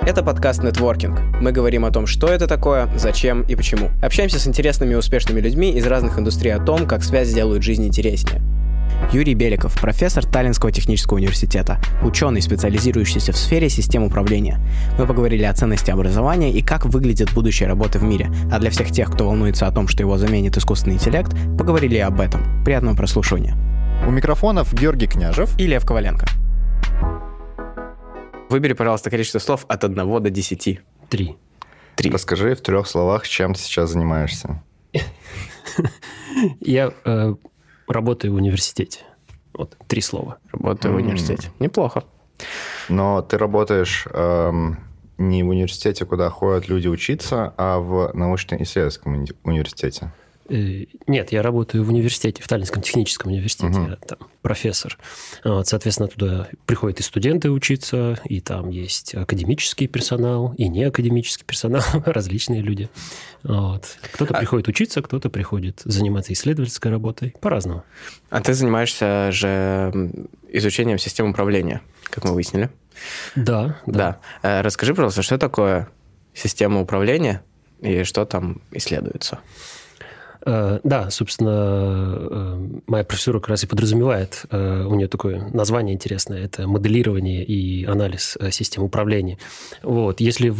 Это подкаст «Нетворкинг». Мы говорим о том, что это такое, зачем и почему. Общаемся с интересными и успешными людьми из разных индустрий о том, как связи делают жизнь интереснее. Юрий Беликов, профессор Таллинского технического университета, ученый, специализирующийся в сфере систем управления. Мы поговорили о ценности образования и как выглядит будущее работы в мире. А для всех тех, кто волнуется о том, что его заменит искусственный интеллект, поговорили и об этом. Приятного прослушивания. У микрофонов Георгий Княжев и Лев Коваленко. Выбери, пожалуйста, количество слов от 1 до 10. 3. Расскажи в 3 словах, чем ты сейчас занимаешься. Я работаю в университете. Вот, 3 слова. Работаю в университете. Неплохо. Но ты работаешь не в университете, куда ходят люди учиться, а в научно-исследовательском университете. Нет, я работаю в университете, в Таллинском техническом университете. Я там профессор. Вот, соответственно, туда приходят и студенты учиться, и там есть академический персонал, и неакадемический персонал, различные люди. Вот. Кто-то приходит учиться, кто-то приходит заниматься исследовательской работой. По-разному. А ты занимаешься же изучением систем управления, как мы выяснили. Да. Расскажи, пожалуйста, что такое система управления и что там исследуется? Да, собственно, моя профессура как раз и подразумевает, у нее такое название интересное, это моделирование и анализ систем управления. Вот. Если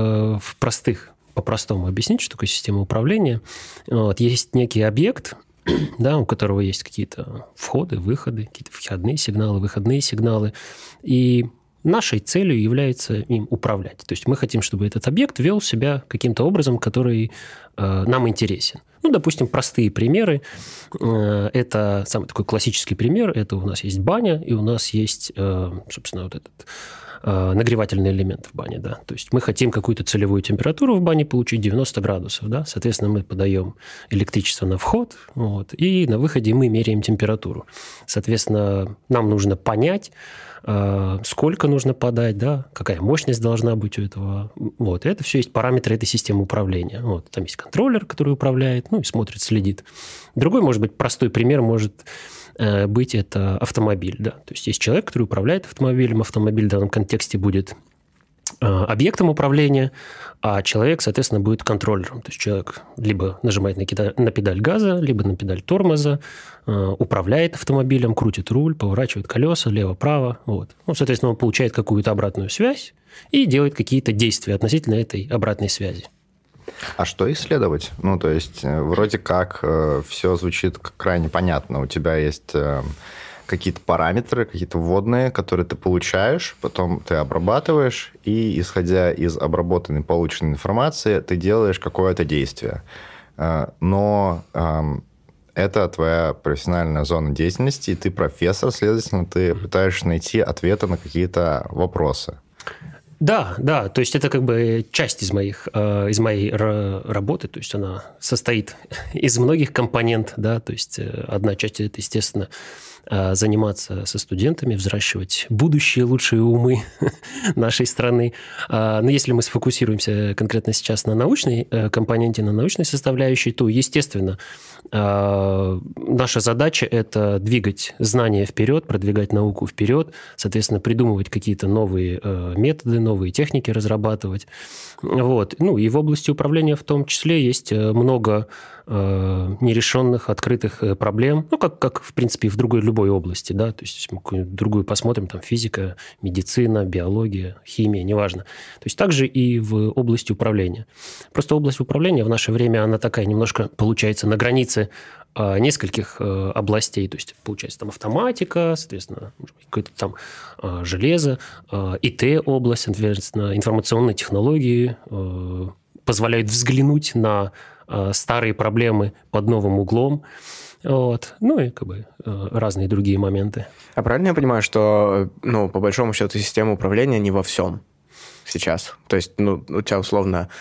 по-простому объяснить, что такое система управления, вот, есть некий объект, да, у которого есть какие-то входы, выходы, какие-то входные сигналы, выходные сигналы, и нашей целью является им управлять. То есть мы хотим, чтобы этот объект вел себя каким-то образом, который нам интересен. Ну, допустим, простые примеры. Это самый такой классический пример. Это у нас есть баня, и у нас есть, собственно, вот этот нагревательный элемент в бане. Да? То есть мы хотим какую-то целевую температуру в бане получить 90 градусов. Да? Соответственно, мы подаем электричество на вход, вот, и на выходе мы меряем температуру. Соответственно, нам нужно понять, сколько нужно подать, да, какая мощность должна быть у этого. Вот. И это все есть параметры этой системы управления. Вот. Там есть контроллер, который управляет, ну и смотрит, следит. Другой, может быть, простой пример может быть это автомобиль. Да. То есть есть человек, который управляет автомобилем. Автомобиль в данном контексте будет объектом управления, а человек, соответственно, будет контроллером. То есть человек либо нажимает на педаль газа, либо на педаль тормоза, управляет автомобилем, крутит руль, поворачивает колеса влево-право. Вот. Ну, соответственно, он получает какую-то обратную связь и делает какие-то действия относительно этой обратной связи. А что исследовать? Ну, то есть, вроде как все звучит крайне понятно. У тебя есть какие-то параметры, какие-то вводные, которые ты получаешь, потом ты обрабатываешь, и, исходя из обработанной, полученной информации, ты делаешь какое-то действие. Но это твоя профессиональная зона деятельности, и ты профессор, следовательно, ты пытаешься найти ответы на какие-то вопросы. Да, то есть это как бы часть из моей работы, то есть она состоит из многих компонентов, да, то есть одна часть это, естественно, заниматься со студентами, взращивать будущие лучшие умы нашей страны. Но если мы сфокусируемся конкретно сейчас на научной компоненте, на научной составляющей, то, естественно, наша задача – это двигать знания вперед, продвигать науку вперед, соответственно, придумывать какие-то новые методы, новые техники разрабатывать. Вот. Ну, и в области управления в том числе есть много нерешенных, открытых проблем, ну, как в принципе, в любой области, да, то есть, если мы какую-нибудь другую посмотрим, там, физика, медицина, биология, химия, неважно. То есть, также и в области управления. Просто область управления в наше время, она такая немножко, получается, на границе нескольких областей, то есть, получается, там, автоматика, соответственно, какое-то там железо, ИТ-область, соответственно, информационные технологии позволяют взглянуть на старые проблемы под новым углом. Вот. Ну и как бы разные другие моменты. А правильно я понимаю, что, ну, по большому счету, система управления не во всем сейчас? То есть, ну, у тебя условно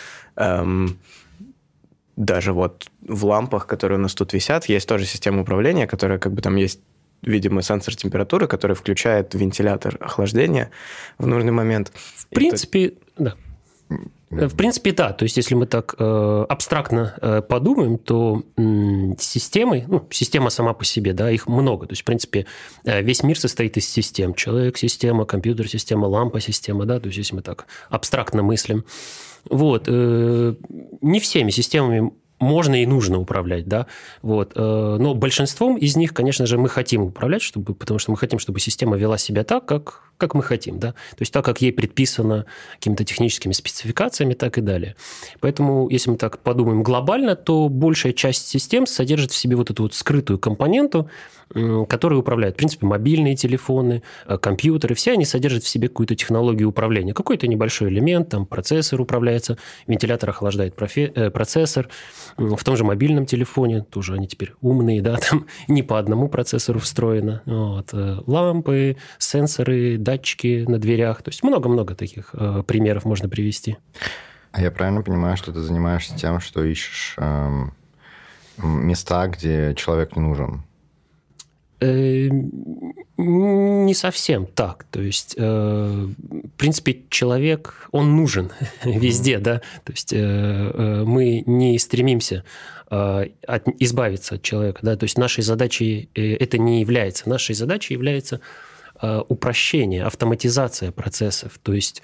даже вот в лампах, которые у нас тут висят, есть тоже система управления, которая как бы там есть видимый сенсор температуры, который включает вентилятор охлаждения в нужный момент. В принципе, да. В принципе, да. То есть, если мы так абстрактно подумаем, то системы, система сама по себе, да, их много. То есть, в принципе, весь мир состоит из систем. Человек-система, компьютер-система, лампа-система, да, то есть, если мы так абстрактно мыслим. Вот. Не всеми системами можно и нужно управлять, да, вот. Но большинством из них, конечно же, мы хотим управлять, потому что мы хотим, чтобы система вела себя так, как мы хотим, да, то есть так, как ей предписано какими-то техническими спецификациями, так и далее. Поэтому, если мы так подумаем глобально, то большая часть систем содержит в себе вот эту вот скрытую компоненту, которые управляют. В принципе, мобильные телефоны, компьютеры, все они содержат в себе какую-то технологию управления. Какой-то небольшой элемент, там процессор управляется, вентилятор охлаждает процессор. В том же мобильном телефоне тоже они теперь умные, да, там не по одному процессору встроено. Вот. Лампы, сенсоры, датчики на дверях. То есть много-много таких примеров можно привести. А я правильно понимаю, что ты занимаешься тем, что ищешь места, где человек не нужен? Не совсем так. То есть, в принципе, человек, он нужен везде, да. То есть, мы не стремимся избавиться от человека, да. То есть, нашей задачей это не является. Нашей задачей является упрощение, автоматизация процессов. То есть,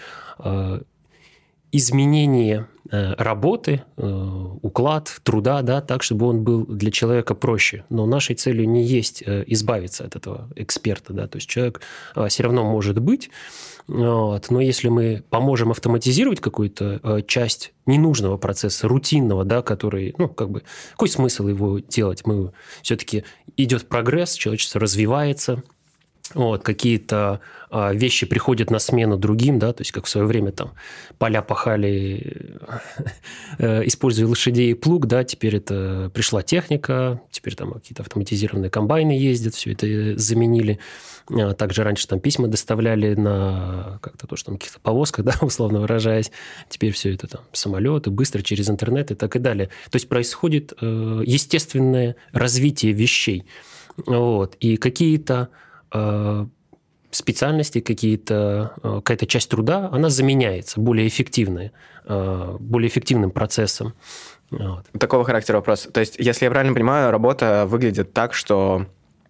изменение работы, уклад труда, да, так, чтобы он был для человека проще. Но нашей целью не есть избавиться от этого эксперта. Да, то есть человек все равно может быть, вот, но если мы поможем автоматизировать какую-то часть ненужного процесса, рутинного, да, который, какой смысл его делать? Все-таки идет прогресс, человечество развивается, вот, какие-то вещи приходят на смену другим, да, то есть как в свое время там поля пахали, используя лошадей и плуг, да, теперь это пришла техника, теперь там какие-то автоматизированные комбайны ездят, все это заменили. Также раньше там письма доставляли на как-то тоже там каких-то повозках, да, условно выражаясь. Теперь все это там самолеты, быстро через интернет и так и далее. То есть происходит естественное развитие вещей. Вот. И какие-то специальности, какая-то часть труда, она заменяется более эффективным процессом. Вот. Такого характера вопрос. То есть, если я правильно понимаю, работа выглядит так, что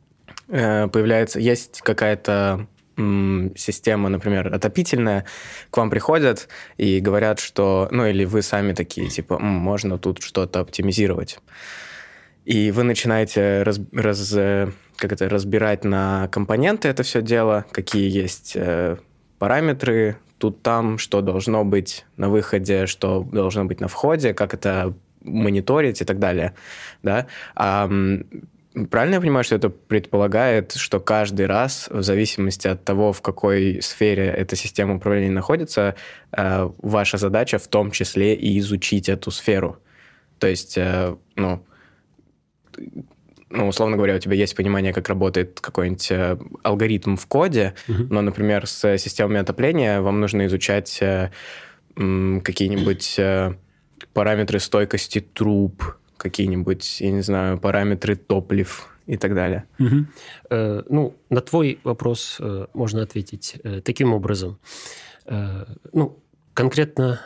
есть какая-то система, например, отопительная, к вам приходят и говорят, что... или вы сами такие, типа, можно тут что-то оптимизировать. И вы начинаете разбирать на компоненты это все дело, какие есть параметры тут, там, что должно быть на выходе, что должно быть на входе, как это мониторить и так далее. Да? Правильно я понимаю, что это предполагает, что каждый раз, в зависимости от того, в какой сфере эта система управления находится, ваша задача в том числе и изучить эту сферу? То есть, условно говоря, у тебя есть понимание, как работает какой-нибудь алгоритм в коде, но, например, с системами отопления вам нужно изучать какие-нибудь параметры стойкости труб, какие-нибудь, я не знаю, параметры топлив и так далее. На твой вопрос можно ответить таким образом. Конкретно...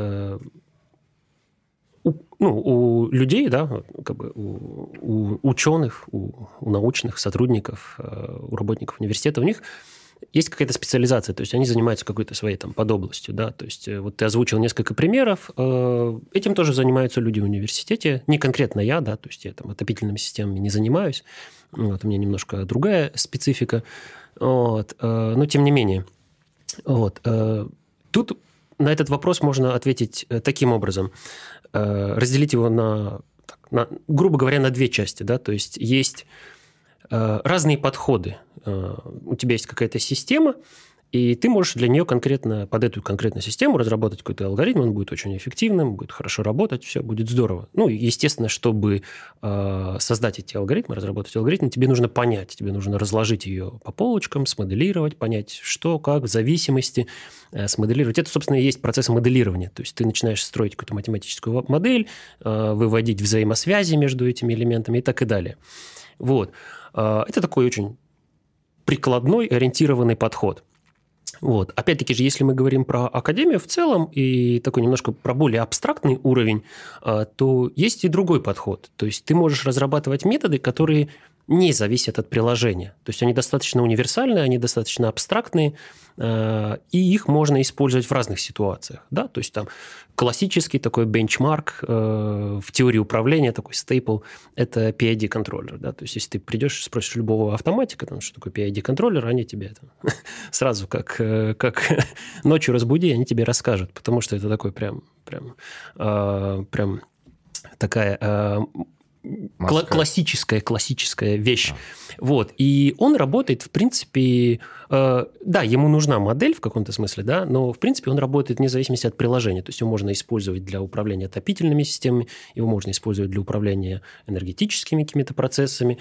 у людей, да, у ученых, у научных сотрудников, у работников университета, у них есть какая-то специализация, то есть они занимаются какой-то своей там подобластью, да, то есть вот ты озвучил несколько примеров, этим тоже занимаются люди в университете, не конкретно я, да, то есть я там отопительными системами не занимаюсь, вот, у меня немножко другая специфика, вот, но тем не менее, вот, тут на этот вопрос можно ответить таким образом, разделить его грубо говоря, на две части, да, то есть разные подходы. У тебя есть какая-то система, и ты можешь для нее конкретно, под эту конкретную систему разработать какой-то алгоритм, он будет очень эффективным, будет хорошо работать, все будет здорово. Естественно, чтобы создать эти алгоритмы, разработать алгоритм, тебе нужно понять, тебе нужно разложить ее по полочкам, смоделировать, понять, что, как, в зависимости, смоделировать. Это, собственно, и есть процесс моделирования. То есть ты начинаешь строить какую-то математическую модель, выводить взаимосвязи между этими элементами и так и далее. Вот. Это такой очень прикладной, ориентированный подход. Вот. Опять-таки же, если мы говорим про академию в целом и такой немножко про более абстрактный уровень, то есть и другой подход. То есть ты можешь разрабатывать методы, которые не зависят от приложения. То есть они достаточно универсальные, они достаточно абстрактные, и их можно использовать в разных ситуациях. Да? То есть там классический такой бенчмарк в теории управления, такой стейпл, это PID-контроллер. Да? То есть если ты придешь и спросишь любого автоматика, там, что такое PID-контроллер, они тебе это сразу как ночью разбуди, они тебе расскажут, потому что это такой прям такая... классическая вещь. Вот. И он работает, в принципе... да, ему нужна модель в каком-то смысле, да, но, в принципе, он работает вне зависимости от приложения. То есть его можно использовать для управления отопительными системами, его можно использовать для управления энергетическими какими-то процессами,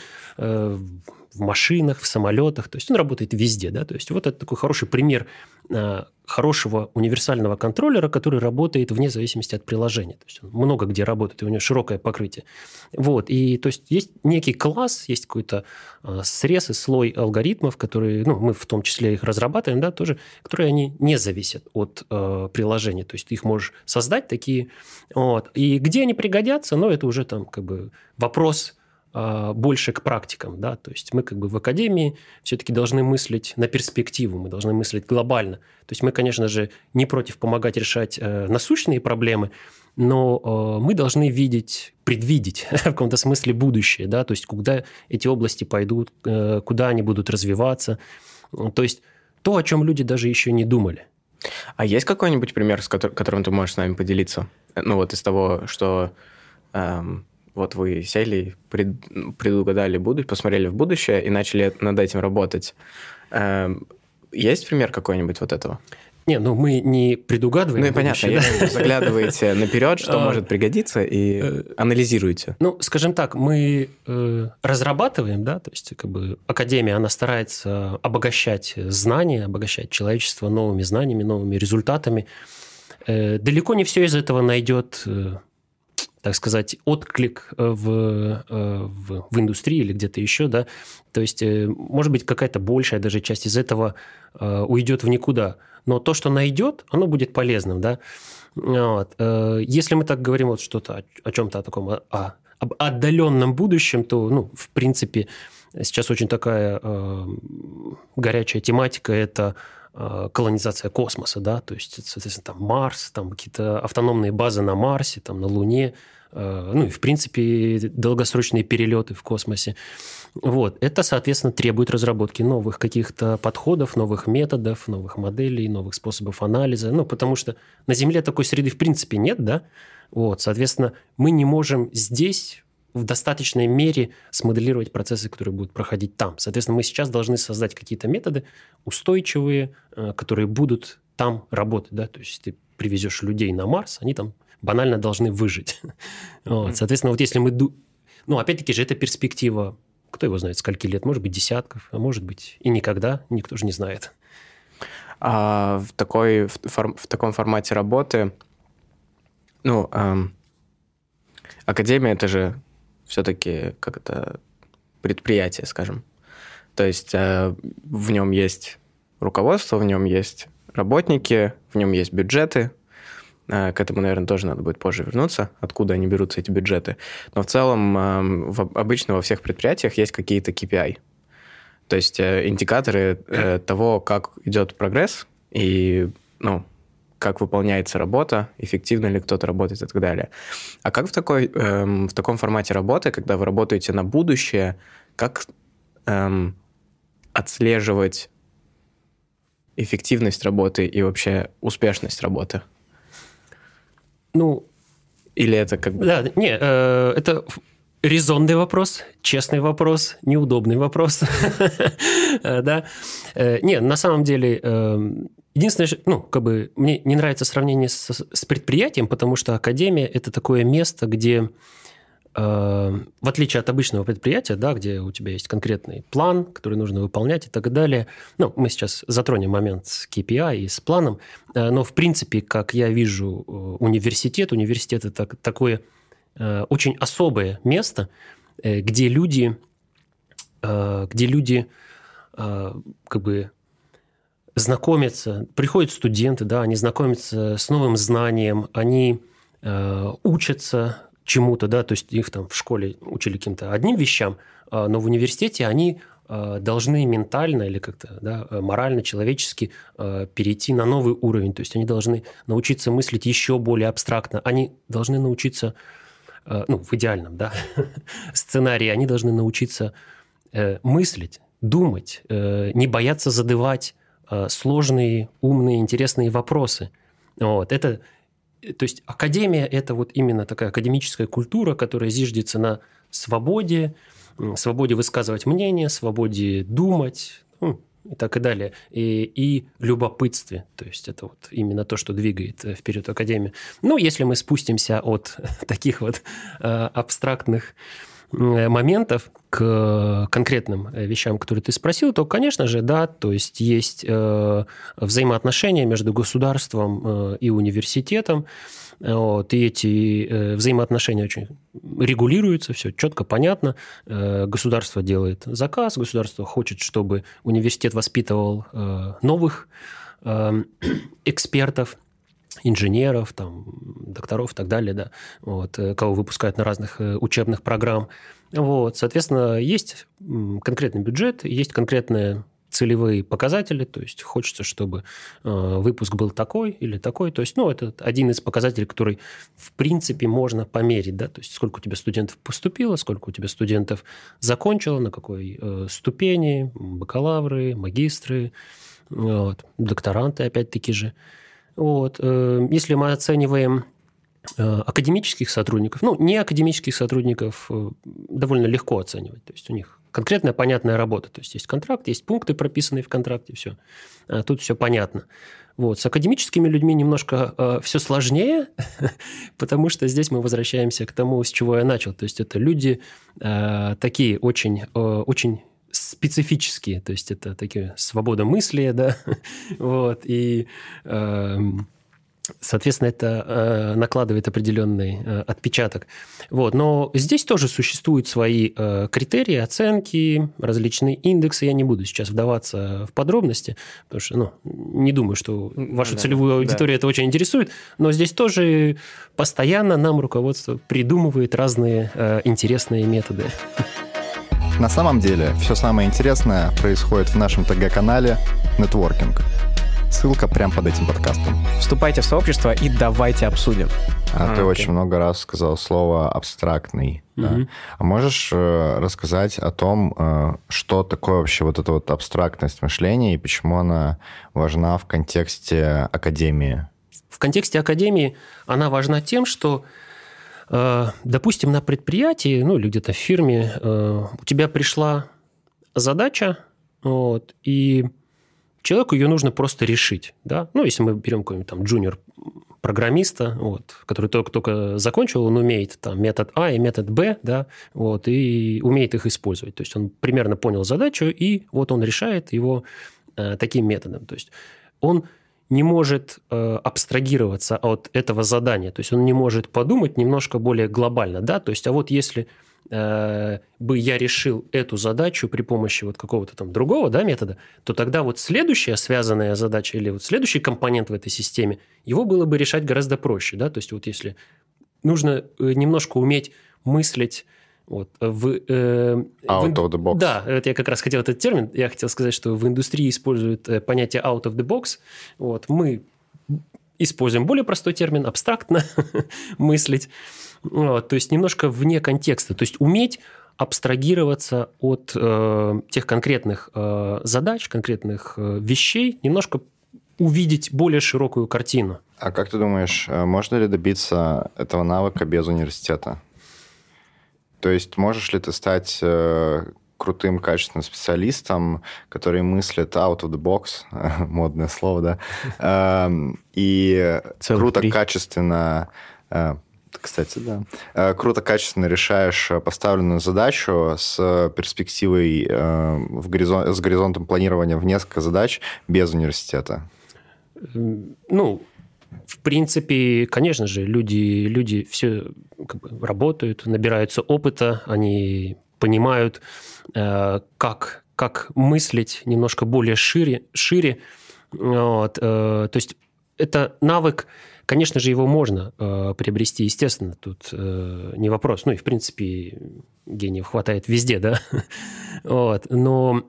в машинах, в самолетах. То есть он работает везде. Да? То есть вот это такой хороший пример хорошего универсального контроллера, который работает вне зависимости от приложения. То есть он много где работает, и у него широкое покрытие. Вот. И то есть есть некий класс, есть какой-то срез и слой алгоритмов, которые, ну, мы в том числе их разрабатываем, да, тоже, которые они не зависят от приложения. То есть ты их можешь создать такие. Вот. И где они пригодятся, ну, это уже там как бы вопрос больше к практикам, да, то есть мы как бы в академии все-таки должны мыслить на перспективу, мы должны мыслить глобально. То есть мы, конечно же, не против помогать решать насущные проблемы, но мы должны предвидеть в каком-то смысле будущее, да, то есть куда эти области пойдут, куда они будут развиваться, то есть то, о чем люди даже еще не думали. А есть какой-нибудь пример, которым ты можешь с нами поделиться? Ну вот из того, что... Вот вы сели, предугадали будущее, посмотрели в будущее и начали над этим работать. Есть пример какой-нибудь вот этого? Не, ну мы не предугадываем. Ну и понятно, да? Заглядываете наперед, что может пригодиться, и анализируете. Ну, скажем так, мы разрабатываем, да, то есть как бы академия, она старается обогащать знания, обогащать человечество новыми знаниями, новыми результатами. Далеко не все из этого найдет... так сказать, отклик в индустрии или где-то еще, да, то есть, может быть, какая-то большая даже часть из этого уйдет в никуда, но то, что найдет, оно будет полезным, да. Вот. Если мы так говорим вот что-то о чем-то о таком об отдаленном будущем, то, ну, в принципе, сейчас очень такая горячая тематика – это колонизация космоса, да, то есть, соответственно, там Марс, там какие-то автономные базы на Марсе, там на Луне, ну и, в принципе, долгосрочные перелеты в космосе. Вот. Это, соответственно, требует разработки новых каких-то подходов, новых методов, новых моделей, новых способов анализа, ну, потому что на Земле такой среды, в принципе, нет, да, вот, соответственно, мы не можем здесь в достаточной мере смоделировать процессы, которые будут проходить там. Соответственно, мы сейчас должны создать какие-то методы устойчивые, которые будут там работать. Да? То есть ты привезешь людей на Марс, они там банально должны выжить. Вот. Соответственно, вот если мы... Ну, опять-таки же, это перспектива, кто его знает, скольки лет, может быть, десятков, а может быть, и никогда, никто же не знает. А в таком формате работы, ну, академия – это же все-таки как это предприятие, скажем. То есть в нем есть руководство, в нем есть работники, в нем есть бюджеты. К этому, наверное, тоже надо будет позже вернуться, откуда они берутся, эти бюджеты. Но в целом обычно во всех предприятиях есть какие-то KPI. То есть индикаторы того, как идет прогресс и, ну, как выполняется работа, эффективно ли кто-то работает и так далее. А как в таком формате работы, когда вы работаете на будущее, как отслеживать эффективность работы и вообще успешность работы? Ну, или это как бы... Да, не, это резонный вопрос, честный вопрос, неудобный вопрос. Да. Не, на самом деле... Единственное, ну, как бы мне не нравится сравнение с предприятием, потому что академия – это такое место, где, в отличие от обычного предприятия, да, где у тебя есть конкретный план, который нужно выполнять и так далее. Ну, мы сейчас затронем момент с KPI и с планом, но, в принципе, как я вижу университет – это такое очень особое место, где люди как бы знакомятся, приходят студенты, да, они знакомятся с новым знанием, они учатся чему-то, да, то есть их там в школе учили каким-то одним вещам, но в университете они должны ментально или как-то, да, морально, человечески перейти на новый уровень. То есть они должны научиться мыслить еще более абстрактно. Они должны научиться, в идеальном, да, сценарии, они должны научиться мыслить, думать, не бояться задавать сложные, умные, интересные вопросы. Вот. То есть академия – это вот именно такая академическая культура, которая зиждется на свободе высказывать мнение, свободе думать, и так и далее, и любопытстве. То есть это вот именно то, что двигает вперед академию. Если мы спустимся от таких вот абстрактных моментов к конкретным вещам, которые ты спросил, то, конечно же, да, то есть взаимоотношения между государством и университетом, и эти взаимоотношения очень регулируются, все четко, понятно. Государство делает заказ, государство хочет, чтобы университет воспитывал новых экспертов, инженеров, там, докторов и так далее, да, кого выпускают на разных учебных программах. Соответственно, есть конкретный бюджет, есть конкретные целевые показатели, то есть хочется, чтобы выпуск был такой или такой. То есть, это один из показателей, который, в принципе, можно померить, да, то есть сколько у тебя студентов поступило, сколько у тебя студентов закончило, на какой ступени, бакалавры, магистры, докторанты, опять-таки же. Если мы оцениваем академических сотрудников, не академических сотрудников довольно легко оценивать, то есть у них конкретная понятная работа, то есть контракт, есть пункты, прописанные в контракте, все. Тут все понятно. С академическими людьми немножко все сложнее, потому что здесь мы возвращаемся к тому, с чего я начал. То есть это люди такие очень, очень специфические, то есть это такие свободомыслие, да, и соответственно, это накладывает определенный отпечаток. Но здесь тоже существуют свои критерии, оценки, различные индексы. Я не буду сейчас вдаваться в подробности, потому что не думаю, что вашу целевую аудиторию это очень интересует. Но здесь тоже постоянно нам руководство придумывает разные интересные методы. На самом деле, все самое интересное происходит в нашем ТГ-канале «Нетворкинг». Ссылка прямо под этим подкастом. Вступайте в сообщество и давайте обсудим. Ты очень много раз сказал слово «абстрактный». Да? А можешь рассказать о том, что такое вообще вот эта вот абстрактность мышления и почему она важна в контексте академии? В контексте академии она важна тем, что, допустим, на предприятии, или где-то в фирме у тебя пришла задача, и человеку ее нужно просто решить. Да? Если мы берем какой-нибудь там джуниор-программиста, который только закончил, он умеет там, метод А и метод Б, да, и умеет их использовать. То есть он примерно понял задачу, и он решает его таким методом. То есть он не может абстрагироваться от этого задания. То есть он не может подумать немножко более глобально. Да? То есть, если бы я решил эту задачу при помощи какого-то там другого, да, метода, то тогда следующая связанная задача или следующий компонент в этой системе, его было бы решать гораздо проще. Да? То есть если нужно немножко уметь мыслить out of the box. Да, это я как раз хотел этот термин. Я хотел сказать, что в индустрии используют понятие out of the box. Мы используем более простой термин, абстрактно мыслить. То есть немножко вне контекста. То есть уметь абстрагироваться от тех конкретных задач, конкретных вещей, немножко увидеть более широкую картину. А как ты думаешь, можно ли добиться этого навыка без университета? То есть можешь ли ты стать крутым, качественным специалистом, который мыслит out of the box, модное слово, да, и круто, качественно... Кстати, да. Круто, качественно решаешь поставленную задачу с перспективой, с горизонтом планирования в несколько задач без университета? В принципе, конечно же, люди все работают, набираются опыта, они понимают, как мыслить немножко более шире. То есть это навык, конечно же, его можно приобрести, естественно, тут не вопрос. Ну и, в принципе, гениев хватает везде, да? Но,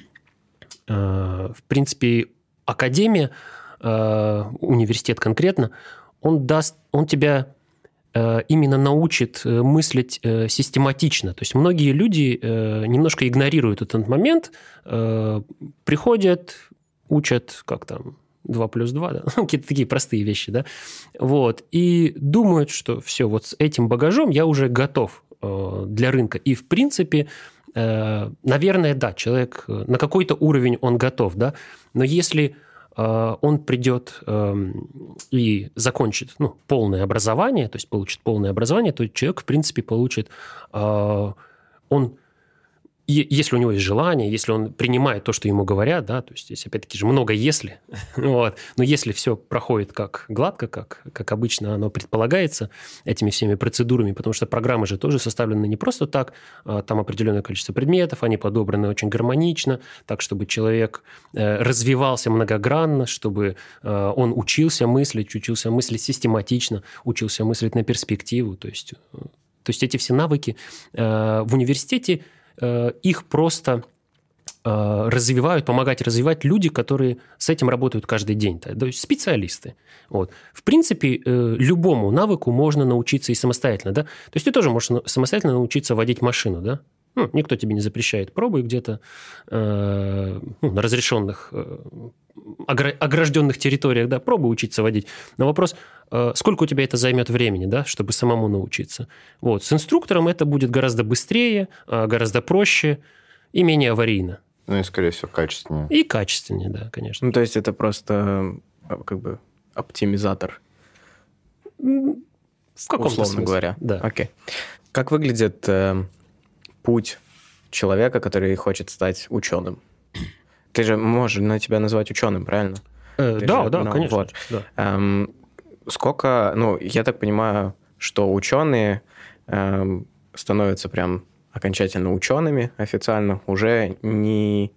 в принципе, академия, университет конкретно, он тебя именно научит мыслить систематично. То есть многие люди немножко игнорируют этот момент, приходят, учат, как там, 2 плюс 2, да? Какие-то такие простые вещи, да? И думают, что все, вот с этим багажом я уже готов для рынка. И, в принципе, наверное, да, человек на какой-то уровень он готов, да? Но если он придет и закончит полное образование, то есть получит полное образование, то человек, в принципе, получит... Если у него есть желание, если он принимает то, что ему говорят, да, то есть здесь, опять-таки, же много «если», но если все проходит как гладко, как обычно оно предполагается этими всеми процедурами, потому что программы же тоже составлены не просто так, там определенное количество предметов, они подобраны очень гармонично, так, чтобы человек развивался многогранно, чтобы он учился мыслить систематично, учился мыслить на перспективу, то есть эти все навыки в университете их просто помогать развивать люди, которые с этим работают каждый день, то есть специалисты. В принципе, любому навыку можно научиться и самостоятельно. Да? То есть ты тоже можешь самостоятельно научиться водить машину. Да? Никто тебе не запрещает. Пробуй где-то на разрешенных, огражденных территориях, да, пробуй учиться водить. Но вопрос, сколько у тебя это займет времени, да, чтобы самому научиться. С инструктором это будет гораздо быстрее, гораздо проще и менее аварийно. Ну и, скорее всего, качественнее. И качественнее, да, конечно. То есть это просто как бы оптимизатор. В каком-то условно смысле, говоря. Да. Окей. Как выглядит путь человека, который хочет стать ученым? Ты же можешь тебя назвать ученым, правильно? Да, конечно. Да. Сколько, я так понимаю, что ученые становятся прям окончательно учеными официально уже не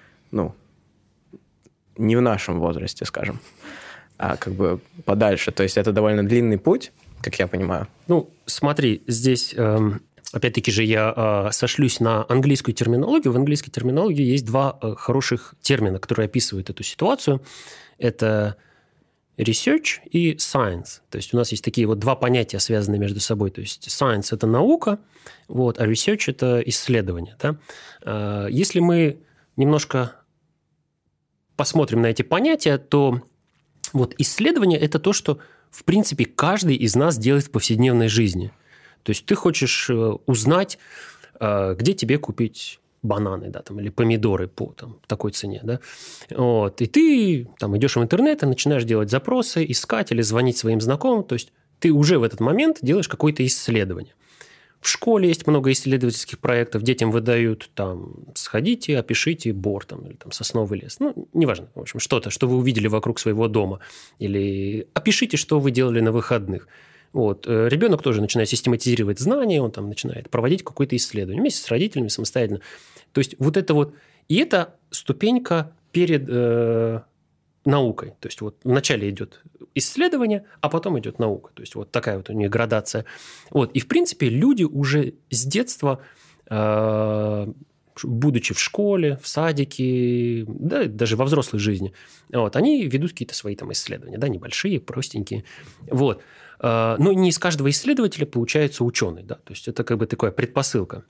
в нашем возрасте, скажем, а как бы подальше. То есть это довольно длинный путь, как я понимаю. Смотри, здесь... Опять-таки же я сошлюсь на английскую терминологию. В английской терминологии есть 2 хороших термина, которые описывают эту ситуацию. Это research и science. То есть у нас есть такие 2 понятия, связанные между собой. То есть science – это наука, а research – это исследование. Да? Если мы немножко посмотрим на эти понятия, то исследование – это то, что, в принципе, каждый из нас делает в повседневной жизни. То есть ты хочешь узнать, где тебе купить бананы, да, или помидоры по такой цене. Да? И ты идешь в интернет и начинаешь делать запросы, искать или звонить своим знакомым. То есть ты уже в этот момент делаешь какое-то исследование. В школе есть много исследовательских проектов, детям выдают сходите, опишите бор или сосновый лес. Неважно, в общем, что-то, что вы увидели вокруг своего дома. Или опишите, что вы делали на выходных. Ребенок тоже начинает систематизировать знания, он начинает проводить какое-то исследование вместе с родителями самостоятельно. То есть И это ступенька перед наукой. То есть вначале идет исследование, а потом идет наука. То есть такая у нее градация. И, в принципе, люди уже с детства, будучи в школе, в садике, да, даже во взрослой жизни, они ведут какие-то свои исследования, да, небольшие, простенькие. Но не из каждого исследователя получается ученый, да, то есть это как бы такая предпосылка.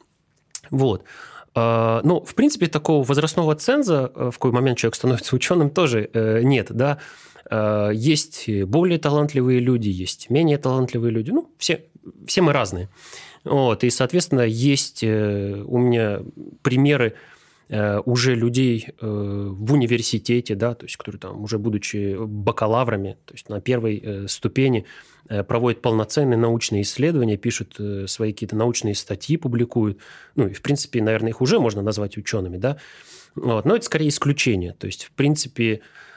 Но, в принципе, такого возрастного ценза, в какой момент человек становится ученым, тоже нет, да. Есть более талантливые люди, есть менее талантливые люди, все мы разные. И, соответственно, есть у меня примеры уже людей в университете, да, то есть, которые уже будучи бакалаврами, то есть на первой ступени, проводят полноценные научные исследования, пишут свои какие-то научные статьи, публикуют. И, в принципе, наверное, их уже можно назвать учеными, да. Но это скорее исключение. То есть, в принципе,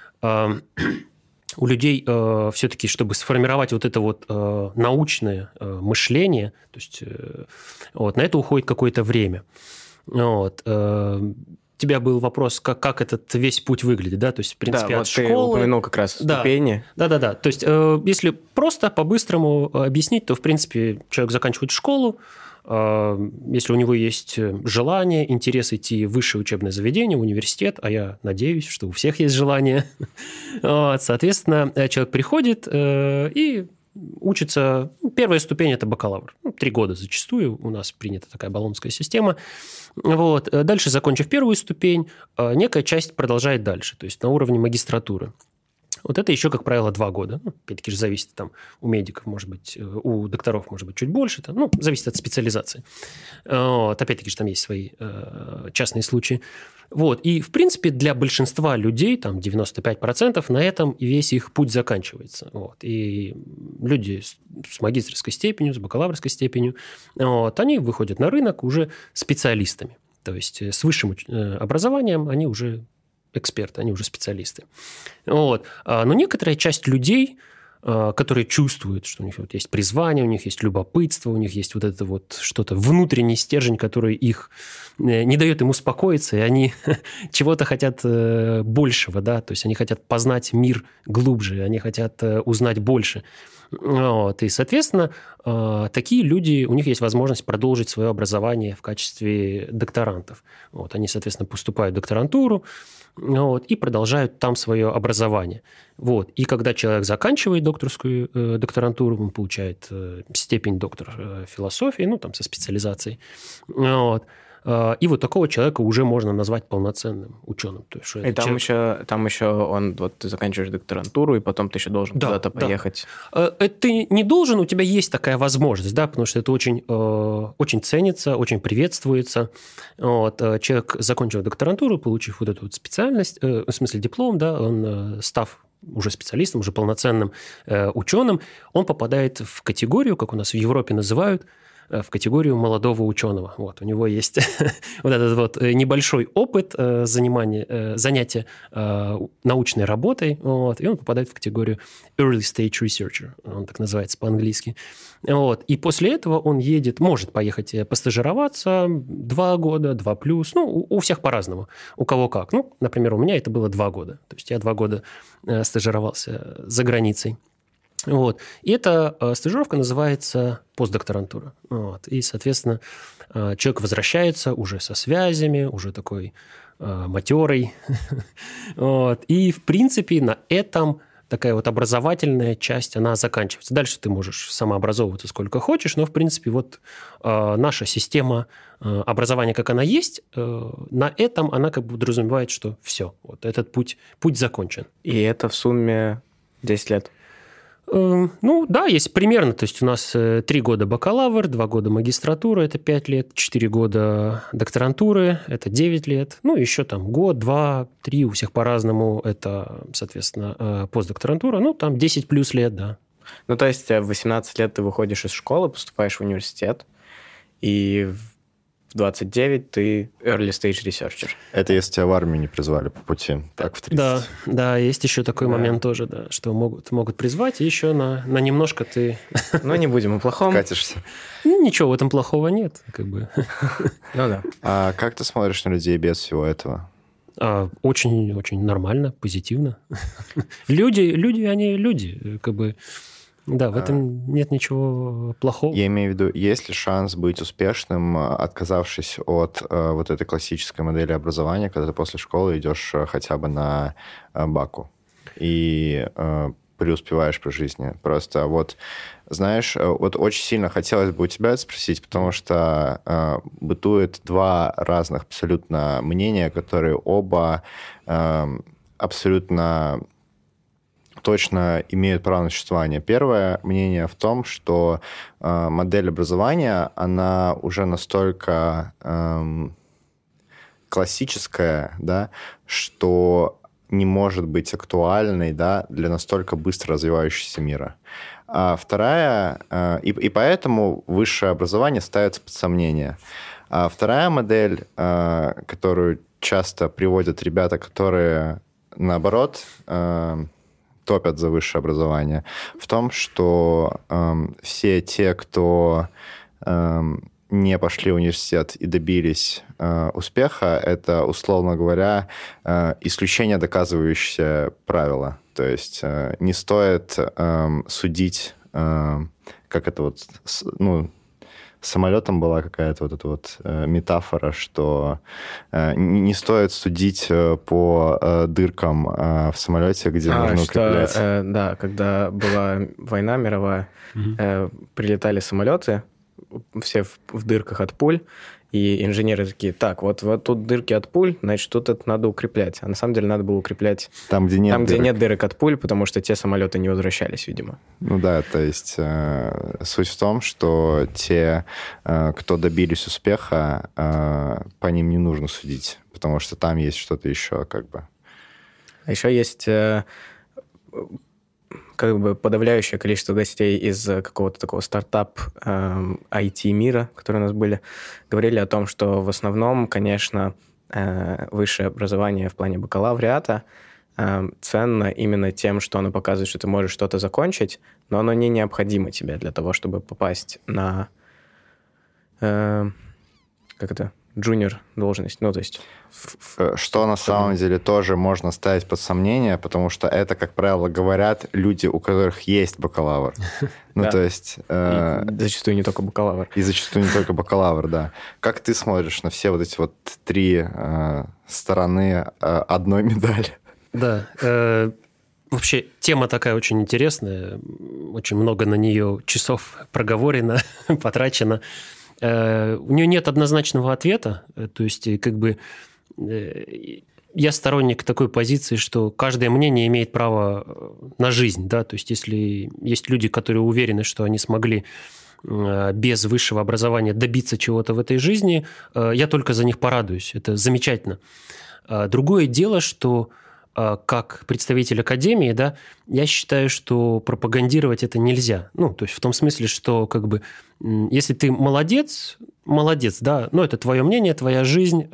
у людей все-таки, чтобы сформировать это научное мышление, то есть на это уходит какое-то время. тебя был вопрос, как этот весь путь выглядит, да, то есть, в принципе, да, от вот школы... ты упомянул как раз ступени. Да. То есть, если просто по-быстрому объяснить, то, в принципе, человек заканчивает школу, если у него есть желание, интерес идти в высшее учебное заведение, в университет, а я надеюсь, что у всех есть желание, соответственно, человек приходит и учится... Первая ступень – это бакалавр. 3 года зачастую. У нас принята такая болонская система. Вот. Дальше, закончив первую ступень, некая часть продолжает дальше, то есть на уровне магистратуры. Вот это еще, как правило, 2 года. Опять-таки же зависит там, у медиков, может быть, у докторов, может быть, чуть больше. Там, зависит от специализации. Вот. Опять-таки же там есть свои частные случаи. Вот. И, в принципе, для большинства людей, там 95%, на этом весь их путь заканчивается. Вот. И люди с магистерской степенью, с бакалаврской степенью, вот, они выходят на рынок уже специалистами. То есть с высшим образованием они уже эксперты, они уже специалисты. Вот. Но некоторая часть людей, которые чувствуют, что у них вот есть призвание, у них есть любопытство, у них есть вот это вот что-то, внутренний стержень, который их не дает им успокоиться, и они чего-то хотят большего, да, то есть они хотят познать мир глубже, они хотят узнать больше. Вот. И, соответственно, такие люди, у них есть возможность продолжить свое образование в качестве докторантов. Вот. Они, соответственно, поступают в докторантуру, вот, и продолжают там свое образование. Вот. И когда человек заканчивает докторантуру, он получает степень доктора философии, там со специализацией. Вот. И вот такого человека уже можно назвать полноценным ученым. То есть, и там еще ты заканчиваешь докторантуру, и потом ты еще должен куда-то поехать. Ты не должен, у тебя есть такая возможность, да, потому что это очень, очень ценится, очень приветствуется. Вот. Человек, закончив докторантуру, получив вот эту вот специальность, в смысле диплом, да, он, став уже специалистом, уже полноценным ученым, он попадает в категорию, как у нас в Европе называют, в категорию молодого ученого. Вот. У него есть вот этот вот небольшой опыт занятия научной работой, вот, и он попадает в категорию early stage researcher, он так называется по-английски. Вот. И после этого он может поехать постажироваться 2 года, 2+, у всех по-разному, у кого как. Например, у меня это было 2 года, то есть я 2 года стажировался за границей. Вот. И эта стажировка называется постдокторантура. Вот. И, соответственно, человек возвращается уже со связями, уже такой матерый. Вот. И, в принципе, на этом такая вот образовательная часть, она заканчивается. Дальше ты можешь самообразовываться сколько хочешь, но, в принципе, вот наша система образования, как она есть, на этом она как бы подразумевает, что все, вот этот путь закончен. И это в сумме 10 лет? Да, есть примерно. То есть у нас 3 года бакалавр, 2 года магистратура, это 5 лет, 4 года докторантуры, это 9 лет. Еще там год, 2, 3, у всех по-разному. Это, соответственно, постдокторантура. Там 10+ лет, да. То есть в 18 лет ты выходишь из школы, поступаешь в университет, и в 29 ты early stage researcher. Это если тебя в армию не призвали по пути, так в 30. Да, есть еще такой момент тоже, да, что могут призвать, и еще на немножко ты... Не будем о плохом. Катишься. Ничего в этом плохого нет, как бы. Да. А как ты смотришь на людей без всего этого? Очень нормально, позитивно. Люди, они люди, как бы... Да, в этом нет ничего плохого. Я имею в виду, есть ли шанс быть успешным, отказавшись от вот этой классической модели образования, когда ты после школы идешь хотя бы на баку и преуспеваешь по жизни? Просто вот, знаешь, вот очень сильно хотелось бы у тебя это спросить, потому что бытует 2 разных абсолютно мнения, которые оба абсолютно... точно имеют право на существование. Первое мнение в том, что модель образования, она уже настолько классическая, да, что не может быть актуальной, да, для настолько быстро развивающегося мира. А вторая, и поэтому высшее образование ставится под сомнение. А вторая модель, которую часто приводят ребята, которые, наоборот, топят за высшее образование, в том, что все те, кто не пошли в университет и добились успеха, это, условно говоря, исключение доказывающее правило. То есть не стоит судить, как это вот, ну, с самолетом была какая-то вот эта вот метафора, что не стоит судить по дыркам в самолете, где нужно укреплять. Да, когда была война мировая, прилетали самолеты, все в дырках от пуль, и инженеры такие, так, вот тут дырки от пуль, значит, тут это надо укреплять. А на самом деле надо было укреплять там, где нет дырок от пуль, потому что те самолеты не возвращались, видимо. Ну да, то есть суть в том, что те, кто добились успеха, по ним не нужно судить, потому что там есть что-то еще, как бы. А еще есть как бы подавляющее количество гостей из какого-то такого стартап IT-мира, которые у нас были, говорили о том, что в основном, конечно, высшее образование в плане бакалавриата ценно именно тем, что оно показывает, что ты можешь что-то закончить, но оно не необходимо тебе для того, чтобы попасть на джуниор должность, ну, то есть... Что на самом деле тоже можно ставить под сомнение, потому что это, как правило, говорят люди, у которых есть бакалавр. Ну, то есть... Зачастую не только бакалавр. И зачастую не только бакалавр, да. Как ты смотришь на все вот эти вот три стороны одной медали? Да, вообще тема такая очень интересная, очень много на нее часов проговорено, потрачено. У нее нет однозначного ответа, то есть как бы я сторонник такой позиции, что каждое мнение имеет право на жизнь, да, то есть если есть люди, которые уверены, что они смогли без высшего образования добиться чего-то в этой жизни, я только за них порадуюсь, это замечательно. Другое дело, что как представитель академии, да, я считаю, что пропагандировать это нельзя. Ну, то есть в том смысле, что как бы если ты молодец, да, ну, это твое мнение, твоя жизнь,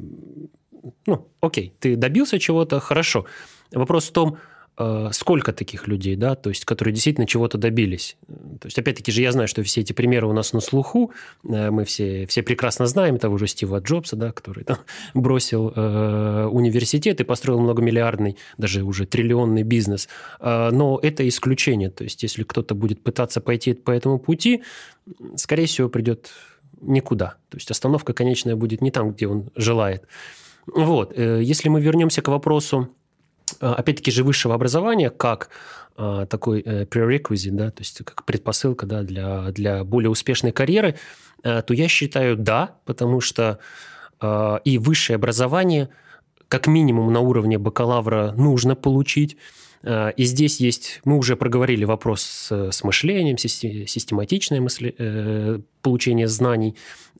ну, окей, ты добился чего-то, хорошо. Вопрос в том, сколько таких людей, да, то есть, которые действительно чего-то добились. То есть, опять-таки же, я знаю, что все эти примеры у нас на слуху, мы все прекрасно знаем того же Стива Джобса, да, который там бросил университет и построил многомиллиардный, даже уже триллионный бизнес. Но это исключение, то есть, если кто-то будет пытаться пойти по этому пути, скорее всего, придет никуда. То есть, остановка конечная будет не там, где он желает. Вот, если мы вернемся к вопросу, опять-таки же, высшего образования как такой prerequisite, да, то есть как предпосылка, да, для более успешной карьеры, то я считаю, да, потому что и высшее образование как минимум на уровне бакалавра нужно получить. И здесь есть, мы уже проговорили вопрос с мышлением, систематичное получение знаний,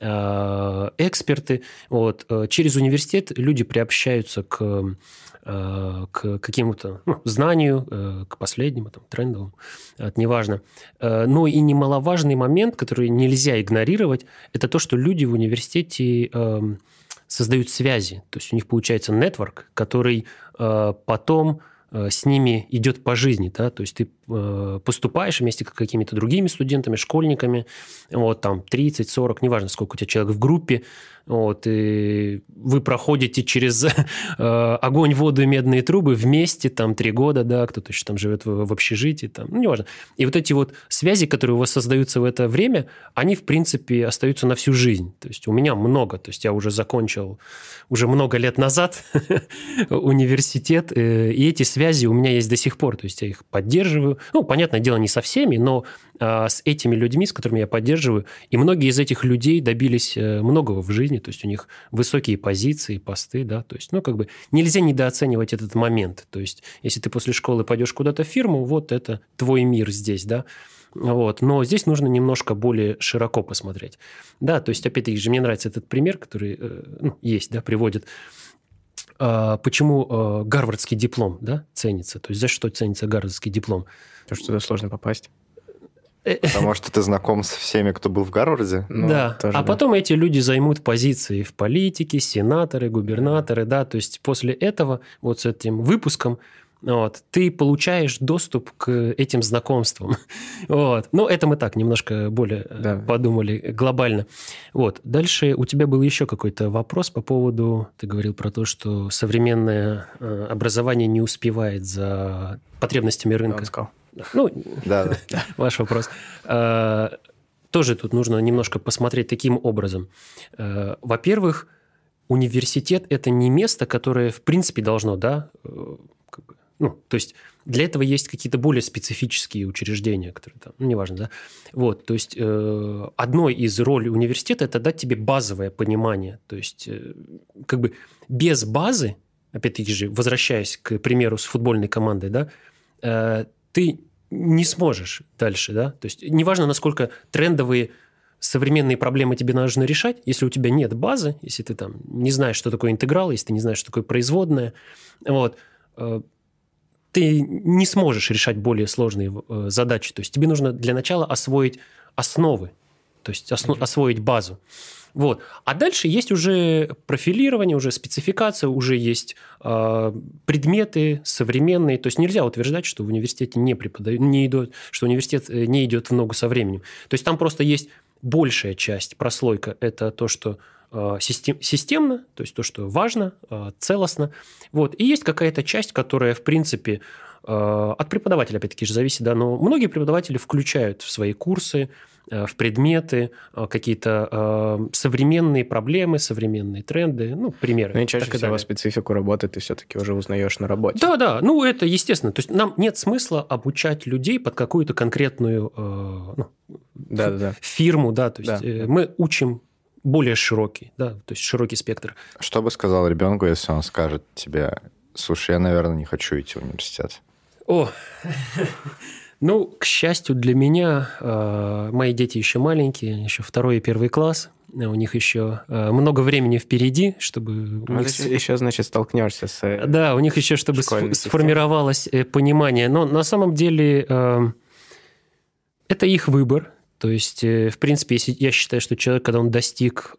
эксперты. Вот. Через университет люди приобщаются к какому-то знанию, к последнему, там, трендовому, это неважно. Но и немаловажный момент, который нельзя игнорировать, это то, что люди в университете создают связи. То есть у них получается нетворк, который потом с ними идет по жизни, да, то есть ты поступаешь вместе с какими-то другими студентами, школьниками, вот там 30, 40, неважно, сколько у тебя человек в группе, вот, и вы проходите через огонь, воду и медные трубы вместе, там, 3 года, да, кто-то еще там живет в общежитии, там, ну, неважно. И вот эти вот связи, которые у вас создаются в это время, они, в принципе, остаются на всю жизнь. То есть у меня много, то есть я уже закончил уже много лет назад университет, и эти связи у меня есть до сих пор, то есть я их поддерживаю. Ну, понятное дело, не со всеми, но с этими людьми, с которыми я поддерживаю, и многие из этих людей добились многого в жизни, то есть у них высокие позиции, посты, да, то есть, ну, как бы нельзя недооценивать этот момент, то есть если ты после школы пойдешь куда-то в фирму, вот это твой мир здесь, да, вот, но здесь нужно немножко более широко посмотреть, да, то есть, опять-таки же, мне нравится этот пример, который есть, да, приводит. Почему гарвардский диплом, да, ценится? То есть за что ценится гарвардский диплом? Потому что туда сложно попасть. Потому что ты знаком со всеми, кто был в Гарварде? Ну, да, тоже, потом эти люди займут позиции в политике, сенаторы, губернаторы, да, то есть после этого вот с этим выпуском вот, ты получаешь доступ к этим знакомствам. Вот. Ну, это мы так немножко более подумали глобально. Вот. Дальше у тебя был еще какой-то вопрос по поводу... Ты говорил про то, что современное образование не успевает за потребностями рынка. Ну, ваш вопрос. Тоже тут нужно немножко посмотреть таким образом. Во-первых, университет – это не место, которое, в принципе, должно, да, ну, то есть для этого есть какие-то более специфические учреждения, которые там, ну, неважно, да. Вот, то есть одной из ролей университета – это дать тебе базовое понимание. То есть как бы без базы, опять-таки же, возвращаясь к примеру с футбольной командой, да, ты не сможешь дальше, да. То есть неважно, насколько трендовые современные проблемы тебе нужно решать, если у тебя нет базы, если ты там не знаешь, что такое интеграл, если ты не знаешь, что такое производная, вот, ты не сможешь решать более сложные задачи. То есть тебе нужно для начала освоить основы, то есть освоить базу. Вот. А дальше есть уже профилирование, уже спецификация, уже есть предметы современные. То есть нельзя утверждать, что в университете не преподают, что университет не идет в ногу со временем. То есть там просто есть большая часть, прослойка, это то, что системно, то есть то, что важно, целостно. Вот. И есть какая-то часть, которая, в принципе, от преподавателя, опять-таки же, зависит, да, но многие преподаватели включают в свои курсы, в предметы какие-то современные проблемы, современные тренды, ну, примеры. Ну, и чаще всего специфику работы ты все-таки уже узнаешь на работе. Да, ну, это естественно. То есть нам нет смысла обучать людей под какую-то конкретную фирму, да, то есть мы учим более широкий, да, то есть широкий спектр. Что бы сказал ребенку, если он скажет тебе: слушай, я, наверное, не хочу идти в университет? Ну, к счастью для меня, мои дети еще маленькие, еще 2 и 1 класс, у них еще много времени впереди, чтобы... Еще, значит, столкнешься с... Да, у них еще, чтобы сформировалось понимание. Но на самом деле это их выбор. То есть, в принципе, если я считаю, что человек, когда он достиг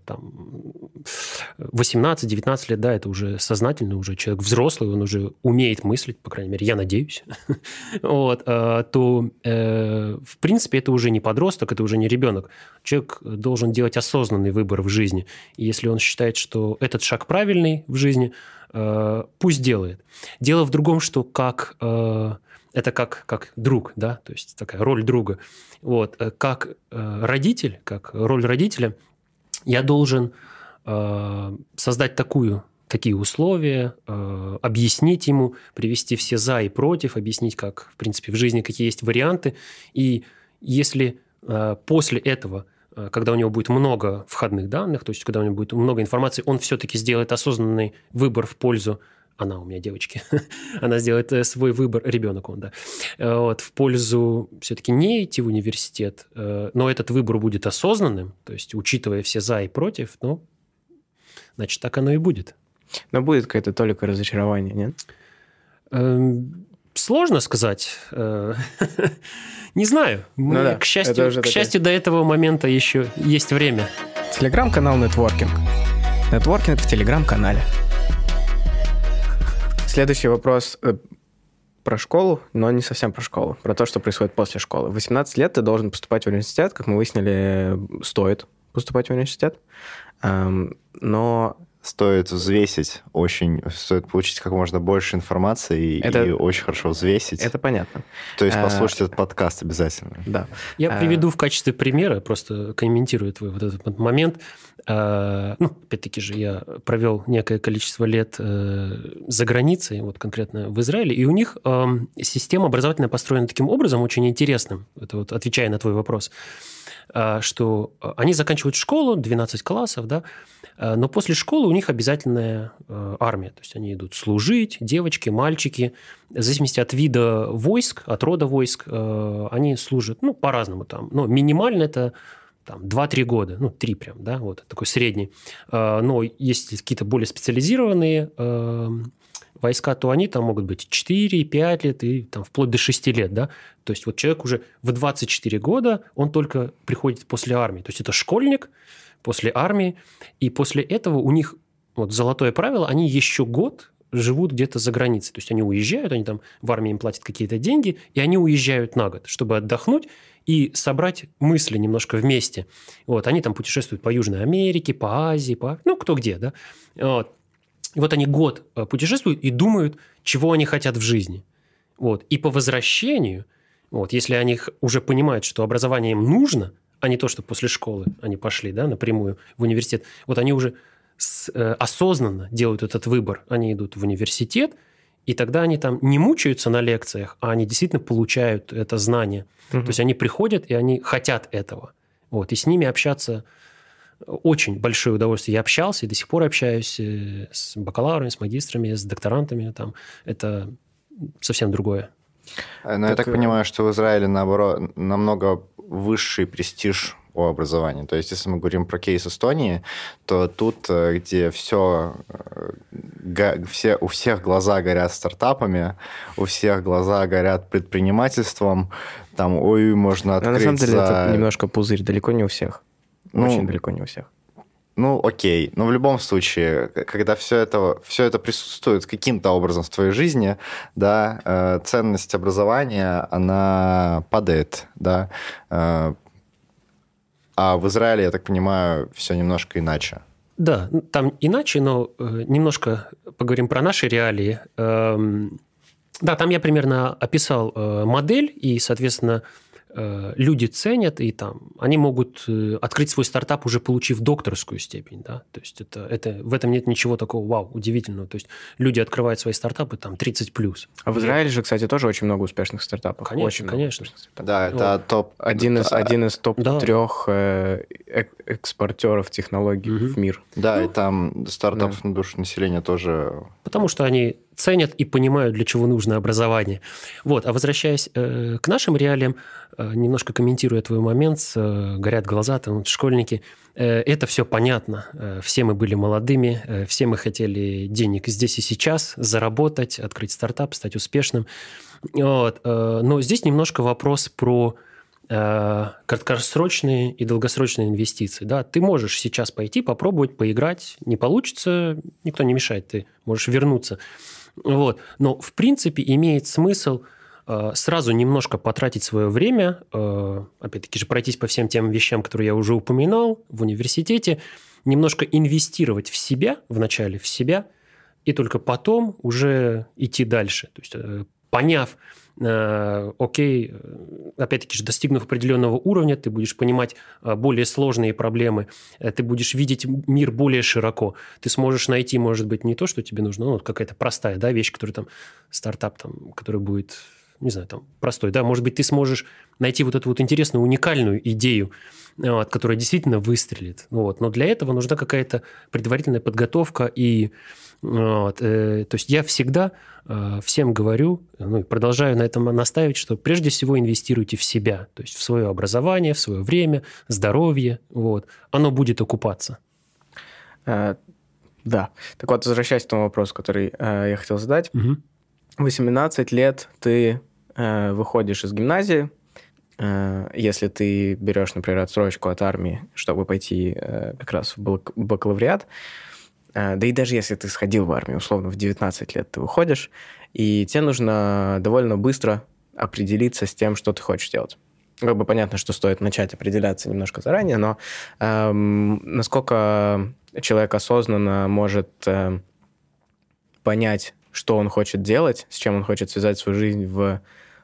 18-19 лет, да, это уже сознательно, уже человек взрослый, он уже умеет мыслить, по крайней мере, я надеюсь, вот, то, в принципе, это уже не подросток, это уже не ребенок. Человек должен делать осознанный выбор в жизни. И если он считает, что этот шаг правильный в жизни, пусть делает. Дело в другом, что это как друг, да, то есть такая роль друга. Вот, как родитель, как роль родителя, я должен создать такие условия, объяснить ему, привести все за и против, объяснить, как, в принципе, в жизни какие есть варианты. И если после этого, когда у него будет много входных данных, то есть когда у него будет много информации, он все-таки сделает осознанный выбор в пользу... Она у меня девочки. Она сделает свой выбор, ребенок он, да, вот, в пользу все-таки не идти в университет, но этот выбор будет осознанным, то есть учитывая все за и против, ну, значит, так оно и будет. Но будет какая-то толика разочарования, нет? Сложно сказать. Не знаю. К счастью, до этого момента еще есть время. Телеграм-канал «Нетворкинг». Нетворкинг в Телеграм-канале. Следующий вопрос про школу, но не совсем про школу, про то, что происходит после школы. В 18 лет ты должен поступать в университет, как мы выяснили, стоит поступать в университет, но... Стоит взвесить, стоит получить как можно больше информации и очень хорошо взвесить. Это понятно. То есть послушать этот подкаст обязательно. Да. Я приведу в качестве примера, просто комментирую твой вот этот момент. Опять-таки же, я провел некое количество лет за границей, вот конкретно в Израиле, и у них система образовательная построена таким образом, очень интересным, это вот отвечая на твой вопрос, что они заканчивают школу, 12 классов, да, но после школы у них обязательная армия. То есть они идут служить, девочки, мальчики. В зависимости от вида войск, от рода войск, они служат, по-разному там. Но минимально это там 2-3 года, 3 прям, да, вот такой средний. Но если какие-то более специализированные войска, то они там могут быть 4-5 лет и там вплоть до 6 лет, да. То есть вот человек уже в 24 года, он только приходит после армии. То есть это школьник после армии, и после этого у них вот золотое правило, они еще год живут где-то за границей. То есть они уезжают, они там в армии им платят какие-то деньги, и они уезжают на год, чтобы отдохнуть и собрать мысли немножко вместе. Вот, они там путешествуют по Южной Америке, по Азии, кто где, да. Вот. И вот они год путешествуют и думают, чего они хотят в жизни. Вот. И по возвращению, вот, если они уже понимают, что образование им нужно, а не то, что после школы они пошли, да, напрямую в университет, вот они уже осознанно делают этот выбор. Они идут в университет, и тогда они там не мучаются на лекциях, а они действительно получают это знание. То есть они приходят, и они хотят этого. Вот. И с ними общаться очень большое удовольствие. Я общался и до сих пор общаюсь с бакалаврами, с магистрами, с докторантами. Там. Это совсем другое. Но я так понимаю, что в Израиле, наоборот, намного высший престиж у образования. То есть, если мы говорим про кейс Эстонии, то тут, где у всех глаза горят стартапами, у всех глаза горят предпринимательством, там, можно открыть... Но на самом деле это немножко пузырь, далеко не у всех. Очень далеко не у всех. Ну, окей. Но в любом случае, когда все это присутствует каким-то образом в твоей жизни, да, ценность образования, она падает, да. А в Израиле, я так понимаю, все немножко иначе. Да, там иначе, но немножко поговорим про наши реалии. Да, там я примерно описал модель, и, соответственно, люди ценят, и там они могут открыть свой стартап, уже получив докторскую степень. Да? То есть в этом нет ничего такого удивительного. То есть люди открывают свои стартапы там 30+. А в Израиле же, кстати, тоже очень много успешных стартапов. Конечно, очень конечно. Да, это топ... Один из топ-3 экспортеров технологий в мир. Да, и там стартапов на душу населения тоже... Потому что они ценят и понимают, для чего нужно образование. Вот. А возвращаясь к нашим реалиям, немножко комментируя твой момент, горят глаза, там школьники, это все понятно. Все мы были молодыми, все мы хотели денег здесь и сейчас, заработать, открыть стартап, стать успешным. Вот. Но здесь немножко вопрос про краткосрочные и долгосрочные инвестиции. Да? Ты можешь сейчас пойти, попробовать, поиграть. Не получится, никто не мешает, ты можешь вернуться. Вот. Но, в принципе, имеет смысл сразу немножко потратить свое время, опять-таки же пройтись по всем тем вещам, которые я уже упоминал в университете, немножко инвестировать в себя, вначале в себя, и только потом уже идти дальше. То есть, поняв, окей, опять-таки же достигнув определенного уровня, ты будешь понимать более сложные проблемы, ты будешь видеть мир более широко, ты сможешь найти, может быть, не то, что тебе нужно, но какая-то простая, да, вещь, которая там, стартап, там, который будет, не знаю, там, простой, да, может быть, ты сможешь найти вот эту вот интересную, уникальную идею, которая действительно выстрелит. Вот. Но для этого нужна какая-то предварительная подготовка и то есть я всегда всем говорю, и продолжаю на этом настаивать, что прежде всего инвестируйте в себя, то есть в свое образование, в свое время, здоровье. Вот. Оно будет окупаться. Да. Так вот, возвращаясь к тому вопросу, который я хотел задать. 18 лет ты выходишь из гимназии, если ты берешь, например, отсрочку от армии, чтобы пойти как раз в бакалавриат. Да и даже если ты сходил в армию, условно, в 19 лет ты выходишь, и тебе нужно довольно быстро определиться с тем, что ты хочешь делать. Как бы понятно, что стоит начать определяться немножко заранее, но насколько человек осознанно может понять, что он хочет делать, с чем он хочет связать свою жизнь в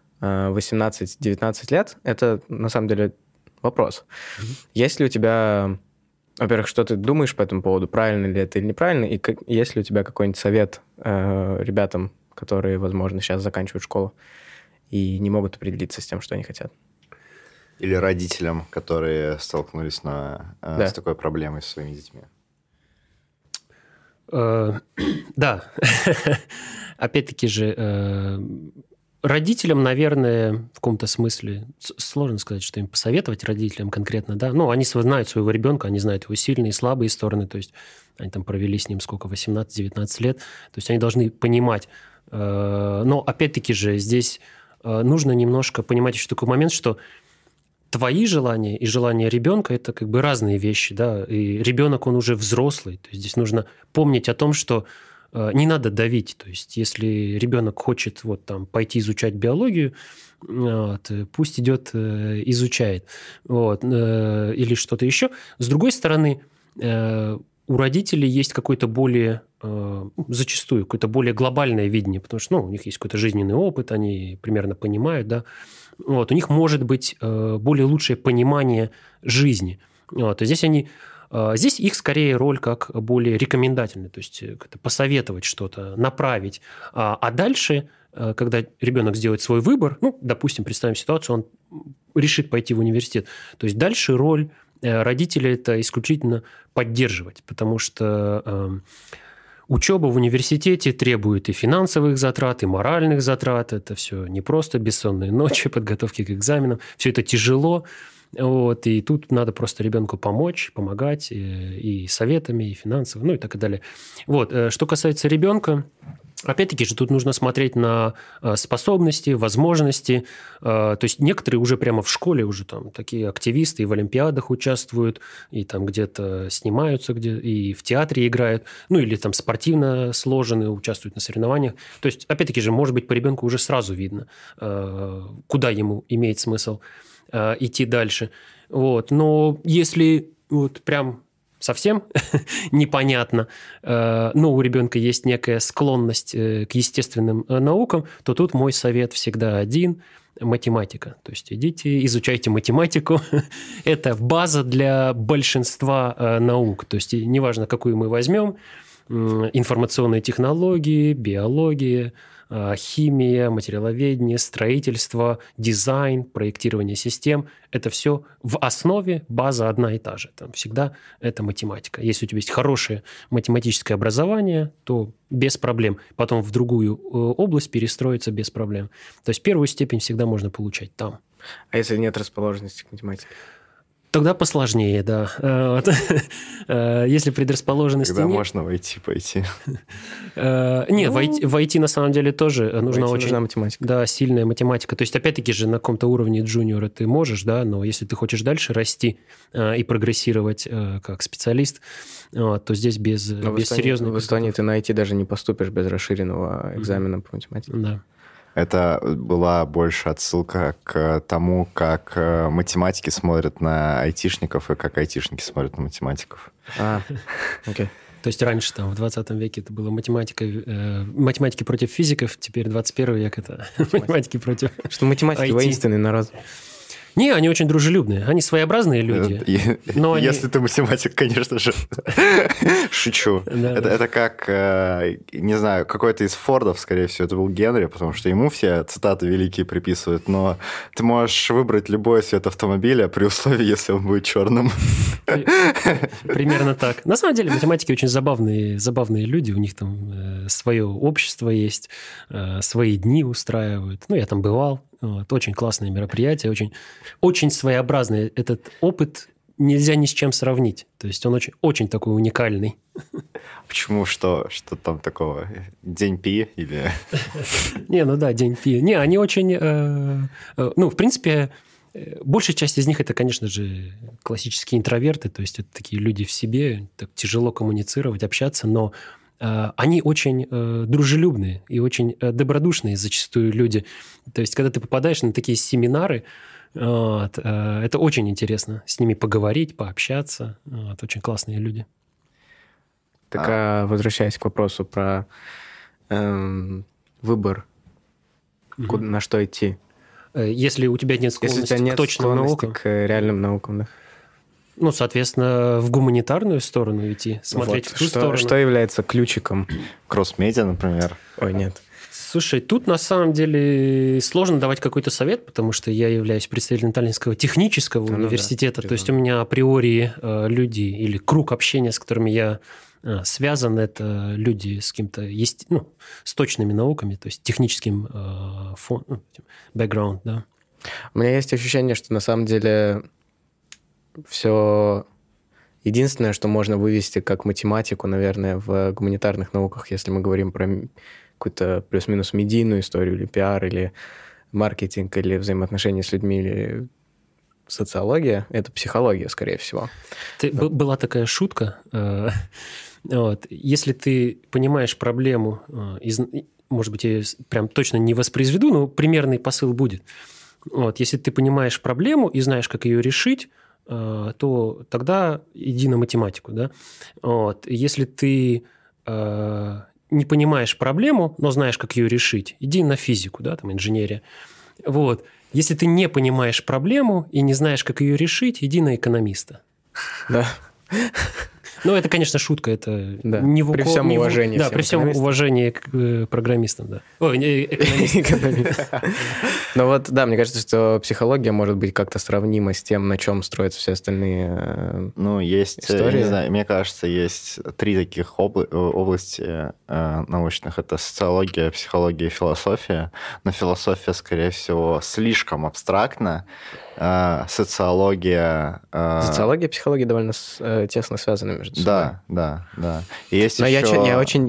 18-19 лет, это на самом деле вопрос. Есть ли у тебя... Во-первых, что ты думаешь по этому поводу, правильно ли это или неправильно, и есть ли у тебя какой-нибудь совет ребятам, которые, возможно, сейчас заканчивают школу и не могут определиться с тем, что они хотят? Или родителям, которые столкнулись с такой проблемой со своими детьми? Да. Опять-таки же... Родителям, наверное, в каком-то смысле сложно сказать, что им посоветовать родителям конкретно, да. Ну, они знают своего ребенка, они знают его сильные и слабые стороны, то есть они там провели с ним сколько, 18-19 лет, то есть они должны понимать. Но, опять-таки же, здесь нужно немножко понимать еще такой момент, что твои желания и желания ребенка – это как бы разные вещи, да, и ребенок, он уже взрослый, то есть здесь нужно помнить о том, что не надо давить. То есть, если ребенок хочет пойти изучать биологию, пусть идет, изучает. Или что-то еще. С другой стороны, у родителей есть какой-то более, зачастую, какое-то более глобальное видение, потому что у них есть какой-то жизненный опыт, они примерно понимают, да. У них может быть более лучшее понимание жизни. Здесь их скорее роль как более рекомендательная, то есть посоветовать что-то, направить. А дальше, когда ребенок сделает свой выбор, допустим, представим ситуацию, он решит пойти в университет, то есть дальше роль родителей – это исключительно поддерживать, потому что учеба в университете требует и финансовых затрат, и моральных затрат. Это все не просто бессонные ночи, подготовки к экзаменам. Все это тяжело. И тут надо просто ребенку помочь, помогать и советами, и финансово, и так далее. Что касается ребенка, опять-таки же тут нужно смотреть на способности, возможности. То есть некоторые уже прямо в школе уже там такие активисты и в олимпиадах участвуют, и там где-то снимаются, и в театре играют, или там спортивно сложены, участвуют на соревнованиях. То есть, опять-таки же, может быть, по ребенку уже сразу видно, куда ему имеет смысл идти дальше. Но если прям совсем непонятно, но у ребенка есть некая склонность к естественным наукам, то тут мой совет всегда один – математика. То есть идите, изучайте математику. Это база для большинства наук. То есть неважно, какую мы возьмем, информационные технологии, биология, химия, материаловедение, строительство, дизайн, проектирование систем – это все в основе база одна и та же. Там всегда это математика. Если у тебя есть хорошее математическое образование, то без проблем. Потом в другую область перестроиться без проблем. То есть первую степень всегда можно получать там. А если нет расположенности к математике? Тогда посложнее, да. Если предрасположенности Тогда нет... можно в IT пойти. Нет, в IT на самом деле тоже нужна очень... математика. Да, сильная математика. То есть, опять-таки же, на каком-то уровне джуниора ты можешь, да, но если ты хочешь дальше расти и прогрессировать как специалист, то здесь без серьезной... В Эстонии ты на IT даже не поступишь без расширенного экзамена по математике. Да. Это была больше отсылка к тому, как математики смотрят на айтишников и как айтишники смотрят на математиков. Окей. То есть раньше, там, в 20 веке это было математики против физиков, теперь 21 век это математики против Что математики воинственный народ. Не, они очень дружелюбные. Они своеобразные люди. Если ты математик, конечно же. Шучу. Это как, не знаю, какой-то из Фордов, скорее всего, это был Генри, потому что ему все цитаты великие приписывают, но ты можешь выбрать любой цвет автомобиля при условии, если он будет черным. Примерно так. На самом деле математики очень забавные люди, у них там свое общество есть, свои дни устраивают. Я там бывал. Очень классное мероприятие, очень своеобразный. Этот опыт нельзя ни с чем сравнить. То есть он очень, очень такой уникальный. Почему? Что там такого? День Пи или... День Пи. Они очень... в принципе, большая часть из них это, конечно же, классические интроверты. То есть это такие люди в себе, так тяжело коммуницировать, общаться, но они очень дружелюбные и очень добродушные зачастую люди. То есть, когда ты попадаешь на такие семинары, это очень интересно с ними поговорить, пообщаться. Очень классные люди. Так, возвращаясь к вопросу про выбор, на что идти. Если у тебя нет склонности к точным наукам. К реальным наукам, да. Соответственно, в гуманитарную сторону идти, смотреть в ту сторону. Что является ключиком? Кросс-медиа, например. Ой, нет. Слушай, тут на самом деле сложно давать какой-то совет, потому что я являюсь представителем Таллинского технического университета, то есть у меня априори люди или круг общения, с которыми я связан, это люди с каким-то с точными науками, то есть техническим бэкграунд, да. У меня есть ощущение, что на самом деле все единственное, что можно вывести как математику, наверное, в гуманитарных науках, если мы говорим про какую-то плюс-минус медийную историю, или пиар, или маркетинг, или взаимоотношения с людьми, или социология, это психология, скорее всего. Была такая шутка Вот. Если ты понимаешь проблему, может быть, я прям точно не воспроизведу, но примерный посыл будет. Вот. Если ты понимаешь проблему и знаешь, как ее решить, то тогда иди на математику. Да? Вот. Если ты не понимаешь проблему, но знаешь, как ее решить, иди на физику, да, там, инженерия. Вот. Если ты не понимаешь проблему и не знаешь, как ее решить, иди на экономиста. Да. Ну, это, конечно, шутка. Это да. не при всем уважении. Да, при всем уважении к программистам, да. Ой, экономистам. Ну вот, да, мне кажется, что психология может быть как-то сравнима с тем, на чем строятся все остальные есть, истории. Не знаю, мне кажется, есть 3 таких области научных. Это социология, психология и философия. Но философия, скорее всего, слишком абстрактна. Социология... Социология и психология довольно тесно связаны между собой. Да. И есть но еще... я очень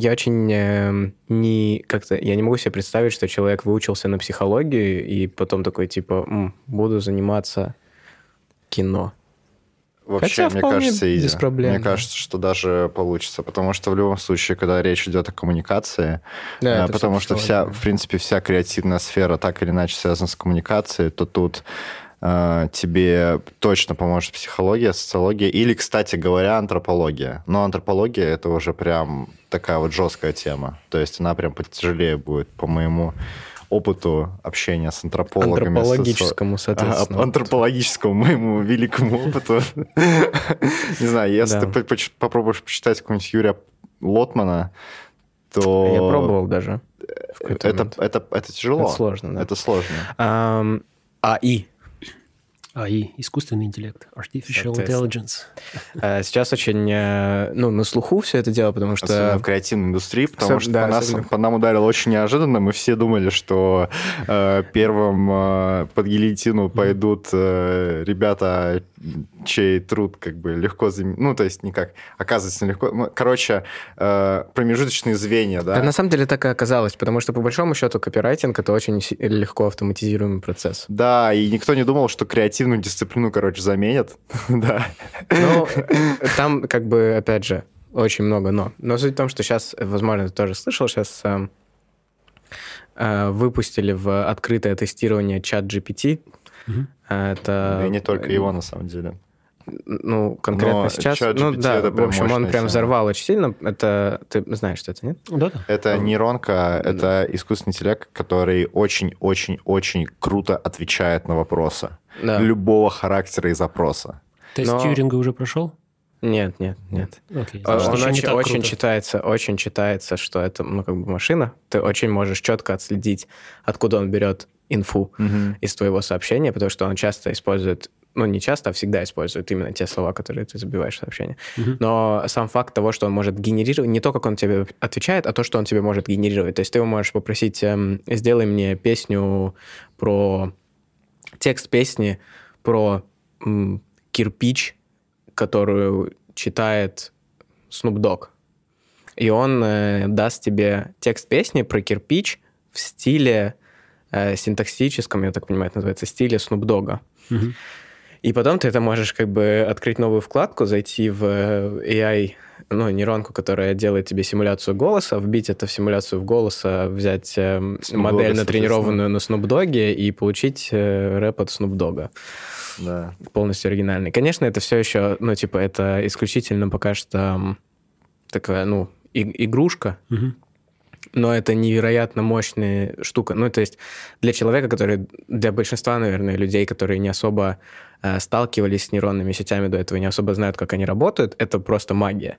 я не могу себе представить, что человек выучился на психологию и потом такой, типа, буду заниматься кино. Вообще, Хотя мне кажется, без проблем. Мне кажется, что даже получится, потому что в любом случае, когда речь идет о коммуникации, потому что в принципе, вся креативная сфера так или иначе связана с коммуникацией, то тут тебе точно поможет психология, социология или, кстати говоря, антропология. Но антропология — это уже прям такая вот жесткая тема. То есть она прям потяжелее будет, по моему опыту общения с антропологами. Антропологическому, соответственно. Антропологическому моему великому опыту. Не знаю, если ты попробуешь почитать какого-нибудь Юрия Лотмана, то... Я пробовал даже. Это тяжело. Это сложно, да. Это сложно. АИ. АИ, искусственный интеллект, artificial intelligence. Сейчас очень на слуху все это дело, потому что... Особенно в креативной индустрии, потому что по нам ударило очень неожиданно. Мы все думали, что первым под гильотину пойдут ребята, чей труд как бы легко заменить. Ну, то есть никак. Оказывается, легко. Короче, промежуточные звенья, да? Да, на самом деле так и оказалось, потому что, по большому счету, копирайтинг — это очень легко автоматизируемый процесс. Да, и никто не думал, что креативную дисциплину, заменят. Да. Ну, там, как бы, опять же, очень много «но». Но суть в том, что сейчас, возможно, ты тоже слышал, сейчас выпустили в открытое тестирование ChatGPT. Это... Да и не только его, на самом деле. Ну, конкретно но сейчас... Ну, да, в общем, он прям взорвал очень сильно. Это... Ты знаешь, что это, нет? Да. Это нейронка, это искусственный интеллект, который очень-очень-очень круто отвечает на вопросы. Да. Любого характера и запроса. Тест Тьюринга уже прошел? Нет. Okay. Он очень читается, что это, машина. Ты очень можешь четко отследить, откуда он берет инфу из твоего сообщения, потому что он часто использует, не часто, а всегда использует именно те слова, которые ты забиваешь в сообщение. Но сам факт того, что он может генерировать, не то, как он тебе отвечает, а то, что он тебе может генерировать. То есть ты его можешь попросить, сделай мне песню про... Текст песни про кирпич, которую читает Snoop Dogg. И он даст тебе текст песни про кирпич в стиле синтаксическом, я так понимаю, это называется, стиле Snoop Dogg. И потом ты это можешь открыть новую вкладку, зайти в AI, нейронку, которая делает тебе симуляцию голоса, вбить это в симуляцию голоса, взять модель, натренированную на Snoop Dogg и получить рэп от Snoop Dogg. Да. Полностью оригинальный. Конечно, это все еще, это исключительно пока что такая, игрушка, но это невероятно мощная штука. То есть для человека, для большинства, наверное, людей, которые не особо сталкивались с нейронными сетями до этого, не особо знают, как они работают, это просто магия.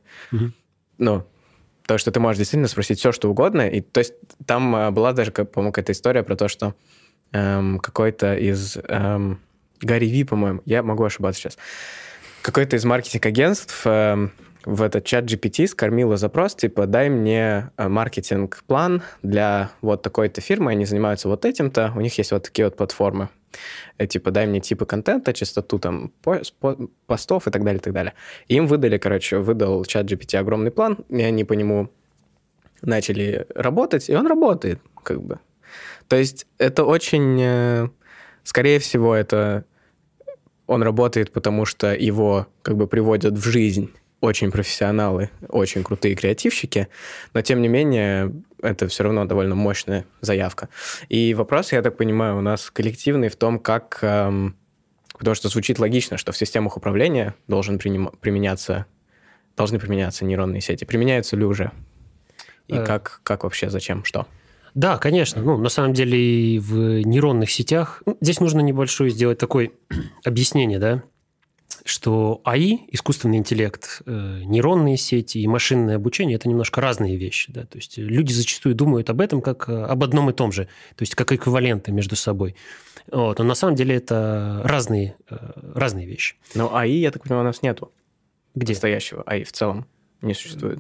То, что ты можешь действительно спросить все, что угодно. И, то есть там была даже, по-моему, какая-то история про то, что какой-то из... Гарри Ви, по-моему, я могу ошибаться сейчас. Какой-то из маркетинг-агентств в этот чат GPT скормила запрос, типа, дай мне маркетинг-план для вот такой-то фирмы, они занимаются вот этим-то, у них есть вот такие вот платформы. Типа, дай мне типы контента, частоту там постов и так далее, и так далее. И им выдал чат GPT огромный план, и они по нему начали работать, и он работает, То есть это очень... Скорее всего, это он работает, потому что его приводят в жизнь очень профессионалы, очень крутые креативщики, но, тем не менее, это все равно довольно мощная заявка. И вопрос, я так понимаю, у нас коллективный в том, как... Потому что звучит логично, что в системах управления должны применяться нейронные сети. Применяются ли уже? И как вообще, зачем, что? Да, конечно. Ну, на самом деле и в нейронных сетях... Здесь нужно небольшое сделать такое объяснение, да, что АИ, искусственный интеллект, нейронные сети и машинное обучение – это немножко разные вещи. Да? То есть люди зачастую думают об этом как об одном и том же, то есть как эквиваленты между собой. Вот. Но на самом деле это разные вещи. Но АИ, я так понимаю, у нас нету. Где? Настоящего АИ в целом не существует.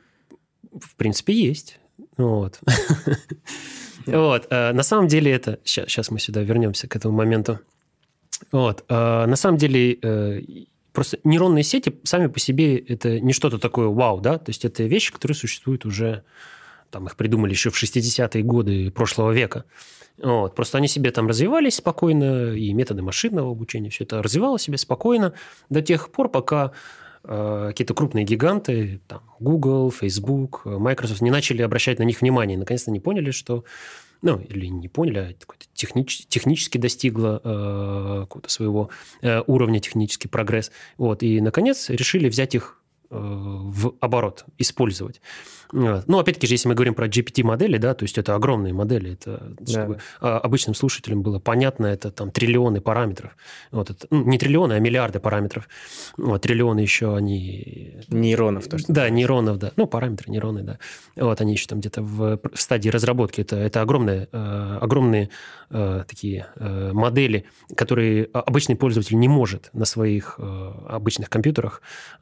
В принципе, есть. Вот. Вот. На самом деле это... Сейчас мы сюда вернемся к этому моменту. Вот. На самом деле просто нейронные сети сами по себе это не что-то такое вау, да? То есть это вещи, которые существуют уже... Там их придумали еще в 60-е годы прошлого века. Вот. Просто они себе там развивались спокойно, и методы машинного обучения, все это развивалось себе спокойно до тех пор, пока какие-то крупные гиганты, там, Google, Facebook, Microsoft, не начали обращать на них внимание. Наконец-то не поняли, что... Ну, или не поняли, а технически достигло какого-то своего уровня технический прогресс. Вот. И, наконец, решили взять их в оборот, использовать. Ну, опять-таки же, если мы говорим про GPT-модели, да, то есть это огромные модели, это, чтобы обычным слушателям было понятно, это там триллионы параметров. Вот это, не триллионы, а миллиарды параметров. Вот, триллионы еще они... Нейронов. То, что да, нейронов, да. Ну, параметры, нейроны, да. Вот они еще там где-то в стадии разработки. Это огромные такие модели, которые обычный пользователь не может на своих обычных компьютерах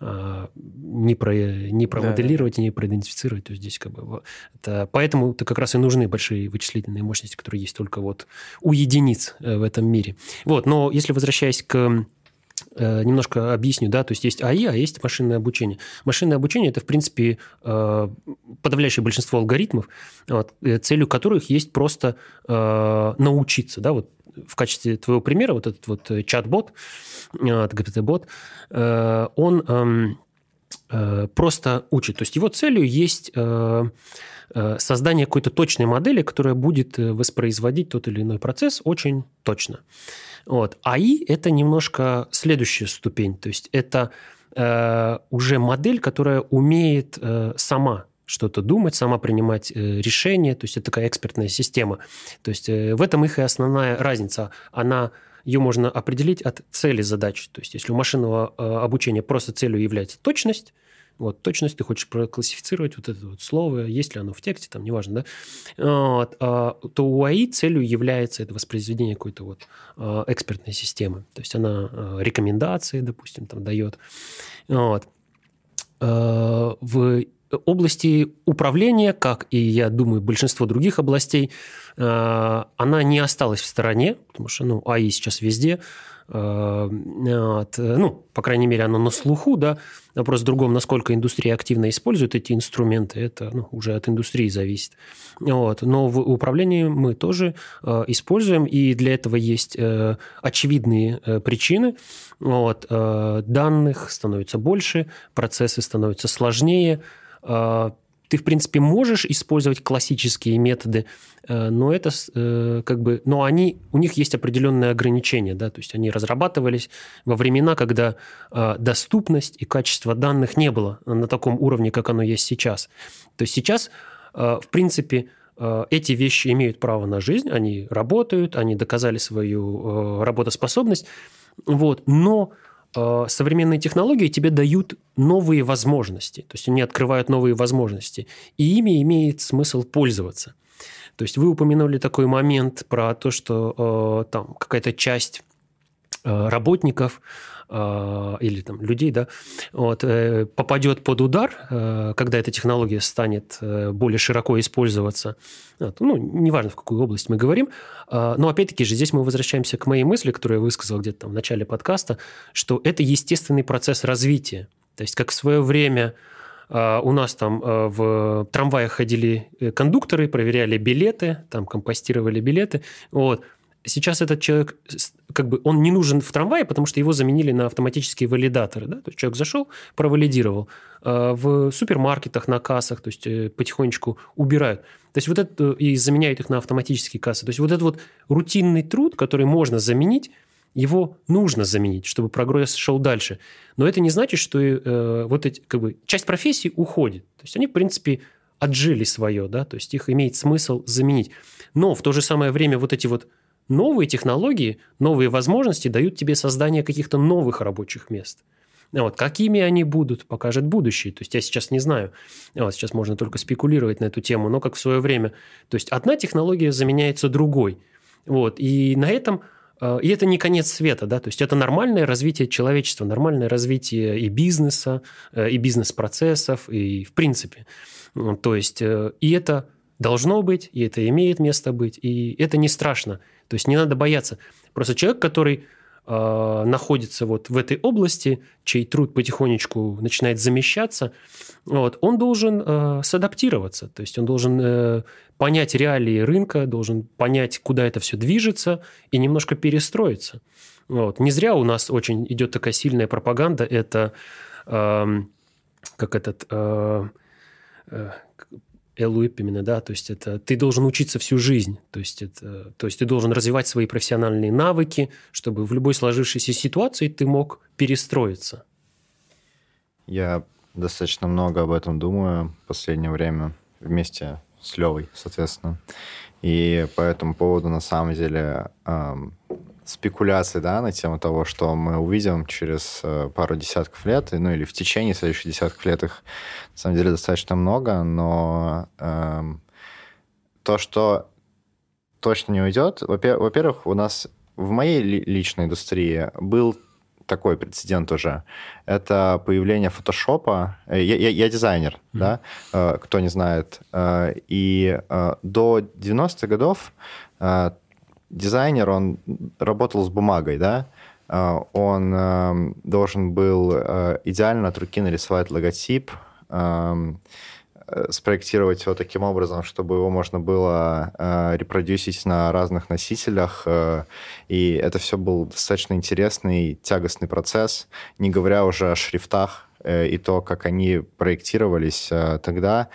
не промоделировать, не проидентифицировать. То есть здесь как бы... Поэтому-то как раз и нужны большие вычислительные мощности, которые есть только вот у единиц в этом мире. Вот, но если возвращаясь к... Немножко объясню, да, то есть есть АИ, а есть машинное обучение. Машинное обучение – это, в принципе, подавляющее большинство алгоритмов, вот, целью которых есть просто научиться, да, вот в качестве твоего примера вот этот вот чат-бот, GPT-бот, он просто учит. То есть его целью есть создание какой-то точной модели, которая будет воспроизводить тот или иной процесс очень точно. Вот. АИ – это немножко следующая ступень. То есть это уже модель, которая умеет сама что-то думать, сама принимать решения. То есть это такая экспертная система. То есть в этом их и основная разница. Ее можно определить от цели задачи. То есть если у машинного обучения просто целью является точность, вот, точность ты хочешь проклассифицировать вот это вот слово, есть ли оно в тексте, там, неважно, да, вот, то у АИ целью является это воспроизведение какой-то вот экспертной системы. То есть она рекомендации, допустим, там дает. Вот. В области управления, как и, я думаю, большинство других областей, она не осталась в стороне, потому что АИ сейчас везде. По крайней мере, оно на слуху, да. Вопрос в другом, насколько индустрия активно использует эти инструменты, это уже от индустрии зависит. Вот. Но в управлении мы тоже используем, и для этого есть очевидные причины. Вот. Данных становится больше, процессы становятся сложнее. Ты, в принципе, можешь использовать классические методы, но это но у них есть определенные ограничения, да, то есть они разрабатывались во времена, когда доступность и качество данных не было на таком уровне, как оно есть сейчас. То есть сейчас, в принципе, эти вещи имеют право на жизнь, они работают, они доказали свою работоспособность, вот, но современные технологии тебе дают новые возможности. То есть они открывают новые возможности. И ими имеет смысл пользоваться. То есть вы упомянули такой момент про то, что там какая-то часть работников или там людей, да, вот, попадет под удар, когда эта технология станет более широко использоваться. Вот, неважно, в какую область мы говорим. Но, опять-таки же, здесь мы возвращаемся к моей мысли, которую я высказал где-то там в начале подкаста, что это естественный процесс развития. То есть, как в свое время у нас там в трамваях ходили кондукторы, проверяли билеты, там компостировали билеты. Вот. сейчас этот человек, как бы, он не нужен в трамвае, потому что его заменили на автоматические валидаторы. Да? То есть человек зашел, провалидировал. В супермаркетах, на кассах, то есть потихонечку убирают. То есть вот это, и заменяют их на автоматические кассы. То есть вот этот вот рутинный труд, который можно заменить, его нужно заменить, чтобы прогресс шел дальше. Но это не значит, что вот эти, как бы, часть профессий уходит. То есть они, в принципе, отжили свое, да, то есть их имеет смысл заменить. Но в то же самое время вот эти вот новые технологии, новые возможности дают тебе создание каких-то новых рабочих мест. Вот. Какими они будут, покажет будущее. То есть я сейчас не знаю. Вот. Сейчас можно только спекулировать на эту тему, но как в свое время. То есть одна технология заменяется другой. Вот. И на этом... И это не конец света, да, то есть это нормальное развитие человечества, нормальное развитие и бизнеса, и бизнес-процессов, и в принципе. То есть и это должно быть, и это имеет место быть, и это не страшно. То есть не надо бояться. Просто человек, который находится вот в этой области, чей труд потихонечку начинает замещаться, вот, он должен садаптироваться, то есть он должен понять реалии рынка, должен понять, куда это все движется, и немножко перестроиться. Вот. Не зря у нас очень идет такая сильная пропаганда, это как этот... ЭЛУИП именно, да, то есть это ты должен учиться всю жизнь, то есть ты должен развивать свои профессиональные навыки, чтобы в любой сложившейся ситуации ты мог перестроиться. Я достаточно много об этом думаю в последнее время вместе с Левой, соответственно. И по этому поводу, на самом деле, спекуляции, да, на тему того, что мы увидим через пару десятков лет, ну или в течение следующих десятков лет, их на самом деле достаточно много, но то, что точно не уйдет, во-первых, у нас в моей личной индустрии был такой прецедент уже. Это появление фотошопа. Я дизайнер, да, кто не знает. И до 90-х годов дизайнер, он работал с бумагой, да, он должен был идеально от руки нарисовать логотип, спроектировать его таким образом, чтобы его можно было репродюсить на разных носителях, и это все был достаточно интересный, тягостный процесс, не говоря уже о шрифтах и то, как они проектировались тогда.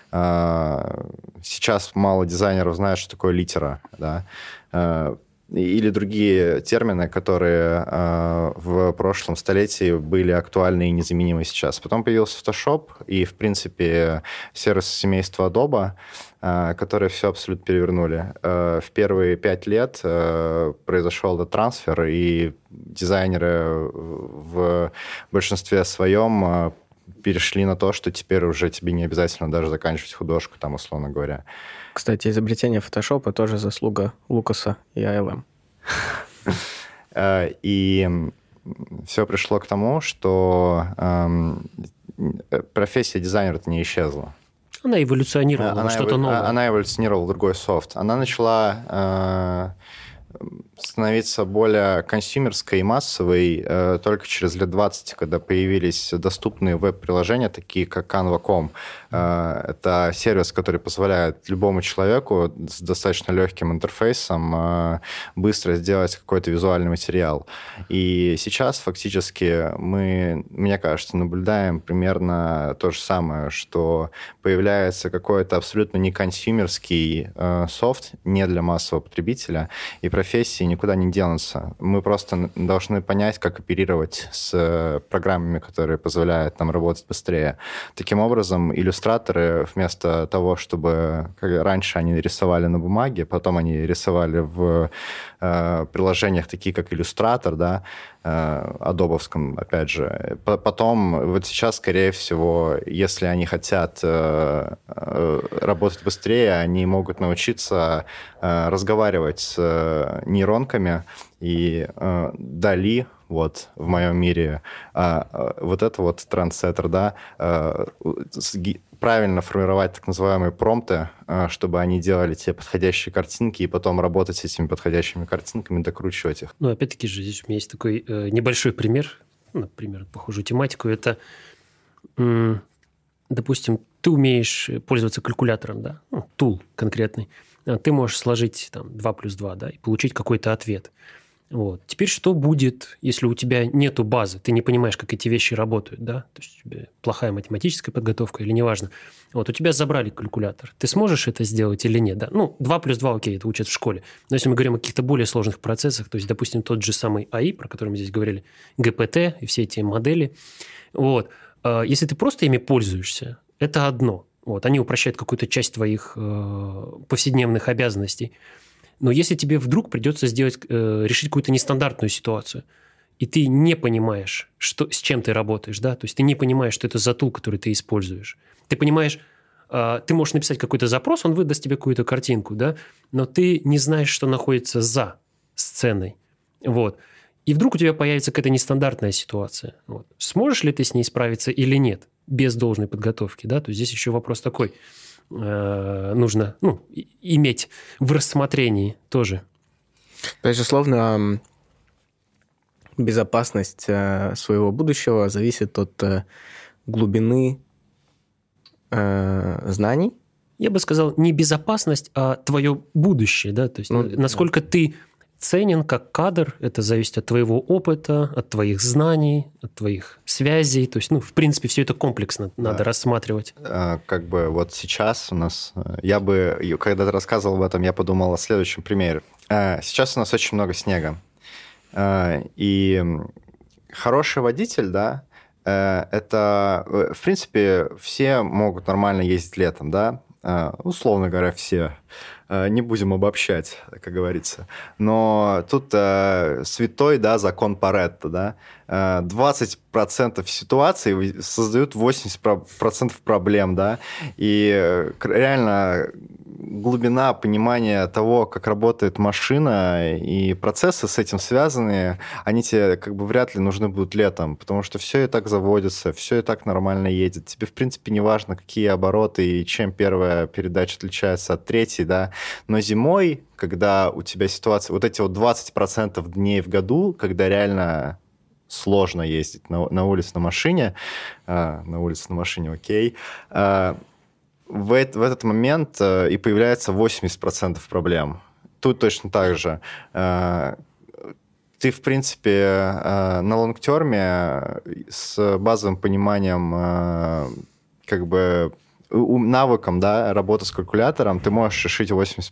Сейчас мало дизайнеров знают, что такое литера, да, или другие термины, которые в прошлом столетии были актуальны и незаменимы сейчас. Потом появился Photoshop и, в принципе, сервисы семейства Adobe, которые все абсолютно перевернули. В первые 5 лет произошел этот трансфер, и дизайнеры в большинстве своем перешли на то, что теперь уже тебе не обязательно даже заканчивать художку, там, условно говоря. Кстати, изобретение фотошопа тоже заслуга Лукаса и ILM. И все пришло к тому, что профессия дизайнера-то не исчезла. Она эволюционировала, что-то новое. Она эволюционировала в другой софт. Она начала становиться более консюмерской и массовой только через лет 20, когда появились доступные веб-приложения, такие как Canva.com. Это сервис, который позволяет любому человеку с достаточно легким интерфейсом быстро сделать какой-то визуальный материал. И сейчас фактически мы, мне кажется, наблюдаем примерно то же самое, что появляется какой-то абсолютно не консюмерский софт, не для массового потребителя, и профессии никуда не денутся. Мы просто должны понять, как оперировать с программами, которые позволяют нам работать быстрее. Таким образом, иллюстраторы вместо того, чтобы, как раньше они рисовали на бумаге, потом они рисовали в приложениях, такие как Illustrator, да, адобовском, опять же. Потом, вот сейчас, скорее всего, если они хотят работать быстрее, они могут научиться разговаривать с нейронками, и Дали, вот, в моем мире, вот это вот трендсеттер, да, правильно формировать так называемые промпты, чтобы они делали те подходящие картинки, и потом работать с этими подходящими картинками, докручивать их. Ну, опять-таки же, здесь у меня есть такой небольшой пример, например, похожую тематику. Это, допустим, ты умеешь пользоваться калькулятором, да, ну, тул конкретный. ты можешь сложить там 2 плюс 2, да, и получить какой-то ответ. Вот. Теперь что будет, если у тебя нету базы, ты не понимаешь, как эти вещи работают, да? То есть у тебя плохая математическая подготовка или неважно. Вот у тебя забрали калькулятор. Ты сможешь это сделать или нет? Да? 2 плюс 2, окей, это учат в школе. Но если мы говорим о каких-то более сложных процессах, то есть, допустим, тот же самый АИ, про который мы здесь говорили, ГПТ и все эти модели, вот, если ты просто ими пользуешься, это одно. Вот, они упрощают какую-то часть твоих повседневных обязанностей. Но если тебе вдруг придется решить какую-то нестандартную ситуацию, и ты не понимаешь, с чем ты работаешь, да, то есть ты не понимаешь, что это за тул, который ты используешь. Ты понимаешь, ты можешь написать какой-то запрос, он выдаст тебе какую-то картинку, да, но ты не знаешь, что находится за сценой. Вот. И вдруг у тебя появится какая-то нестандартная ситуация. Вот. Сможешь ли ты с ней справиться или нет без должной подготовки, да? То есть здесь еще вопрос такой. Нужно иметь в рассмотрении тоже. Безусловно, безопасность своего будущего зависит от глубины знаний. Я бы сказал, не безопасность, а твое будущее. Да? То есть насколько ты ценен как кадр, это зависит от твоего опыта, от твоих знаний, от твоих связей. То есть, в принципе, все это комплексно надо рассматривать. Как бы вот сейчас у нас... когда ты рассказывал об этом, я подумал о следующем примере. Сейчас у нас очень много снега. И хороший водитель, да, это, в принципе, все могут нормально ездить летом, да, условно говоря, все. Не будем обобщать, как говорится. Но тут святой, да, закон Паретто, да, 20% ситуаций создают 80% проблем, да, и реально глубина понимания того, как работает машина и процессы с этим связаны, они тебе как бы вряд ли нужны будут летом, потому что все и так заводится, все и так нормально едет. Тебе, в принципе, не важно, какие обороты и чем первая передача отличается от третьей, да, но зимой, когда у тебя ситуация, вот эти вот 20% дней в году, когда реально сложно ездить на улице на машине, окей, в этот момент и появляется 80% проблем. Тут точно так же. Ты, в принципе, на лонгтерме с базовым пониманием, как бы, навыком, да, работы с калькулятором, ты можешь решить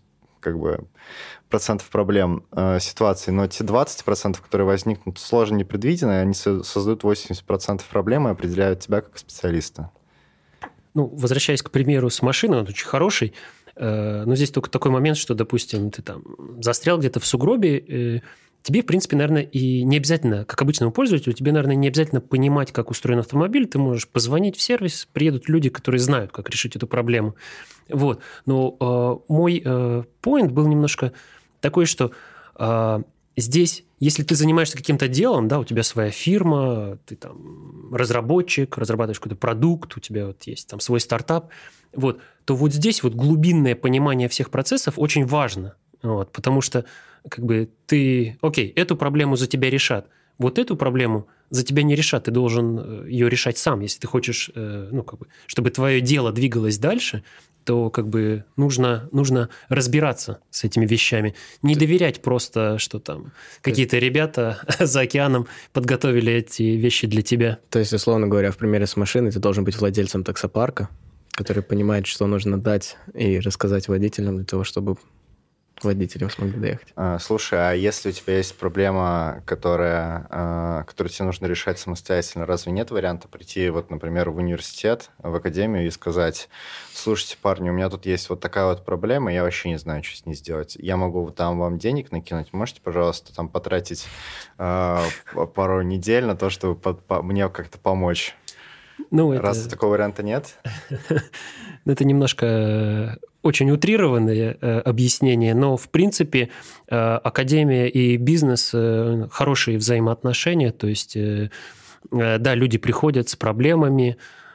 80% проблем ситуации, но те 20%, которые возникнут сложно непредвиденно, они создают 80% проблем и определяют тебя как специалиста. Возвращаясь к примеру с машиной, он очень хороший, но здесь только такой момент, что, допустим, ты там застрял где-то в сугробе, тебе, в принципе, наверное, и не обязательно, как обычному пользователю, тебе, наверное, не обязательно понимать, как устроен автомобиль, ты можешь позвонить в сервис, приедут люди, которые знают, как решить эту проблему. Вот. Но мой поинт был немножко такой, что здесь, если ты занимаешься каким-то делом, да, у тебя своя фирма, ты там разработчик, разрабатываешь какой-то продукт, у тебя вот есть там свой стартап, вот, то вот здесь вот глубинное понимание всех процессов очень важно, вот, потому что как бы окей, эту проблему за тебя решат, вот эту проблему за тебя не решат, ты должен ее решать сам, если ты хочешь, чтобы твое дело двигалось дальше, то как бы нужно разбираться с этими вещами. Не доверять просто, что там какие-то ребята за океаном подготовили эти вещи для тебя. То есть, условно говоря, в примере с машиной ты должен быть владельцем таксопарка, который понимает, что нужно дать и рассказать водителям для того, чтобы водители смогли доехать. Слушай, а если у тебя есть проблема, которую тебе нужно решать самостоятельно, разве нет варианта прийти, вот, например, в университет, в академию и сказать: слушайте, парни, у меня тут есть вот такая вот проблема, я вообще не знаю, что с ней сделать. Я могу там вам денег накинуть, можете, пожалуйста, там потратить пару недель на то, чтобы мне как-то помочь? Раз такого варианта нет? Это немножко очень утрированное объяснение, но, в принципе, академия и бизнес – хорошие взаимоотношения. То есть, да, люди приходят с проблемами,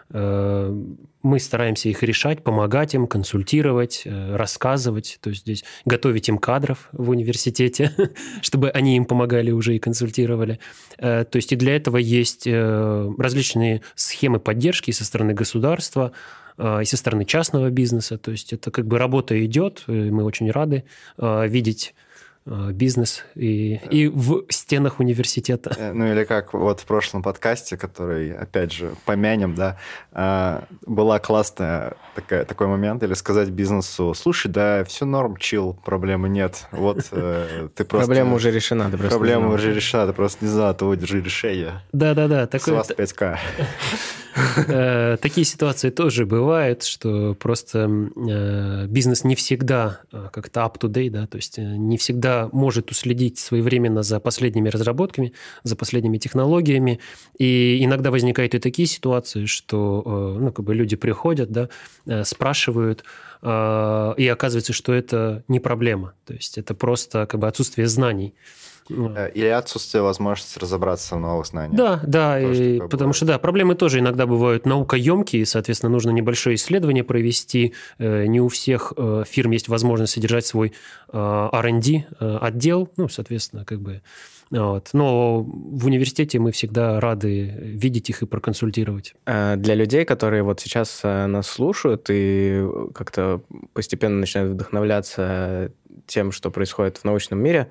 Мы стараемся их решать, помогать им, консультировать, рассказывать, то есть здесь готовить им кадров в университете, чтобы они им помогали уже и консультировали. То есть и для этого есть различные схемы поддержки со стороны государства, и со стороны частного бизнеса. То есть это как бы работа идет, и мы очень рады видеть бизнес и в стенах университета. Ну или как вот в прошлом подкасте, который, опять же, помянем, да, была классная такой момент, или сказать бизнесу: слушай, да, все норм, чил, проблемы нет. Вот ты просто... Проблема уже решена, ты просто Проблема уже решена, ты просто не знал, ты держи решение. Да-да-да. С вас 5К. Такие ситуации тоже бывают, что просто бизнес не всегда как-то up-to-date, да, то есть не всегда может уследить своевременно за последними разработками, за последними технологиями. И иногда возникают и такие ситуации, что ну, как бы люди приходят, да, спрашивают, и оказывается, что это не проблема. То есть это просто как бы отсутствие знаний. Или отсутствие возможности разобраться в новых знаниях. Да, потому что, да, проблемы тоже иногда бывают наукоемкие, соответственно, нужно небольшое исследование провести. Не у всех фирм есть возможность содержать свой R&D отдел, ну, соответственно, как бы... Вот. Но в университете мы всегда рады видеть их и проконсультировать. Для людей, которые вот сейчас нас слушают и как-то постепенно начинают вдохновляться тем, что происходит в научном мире,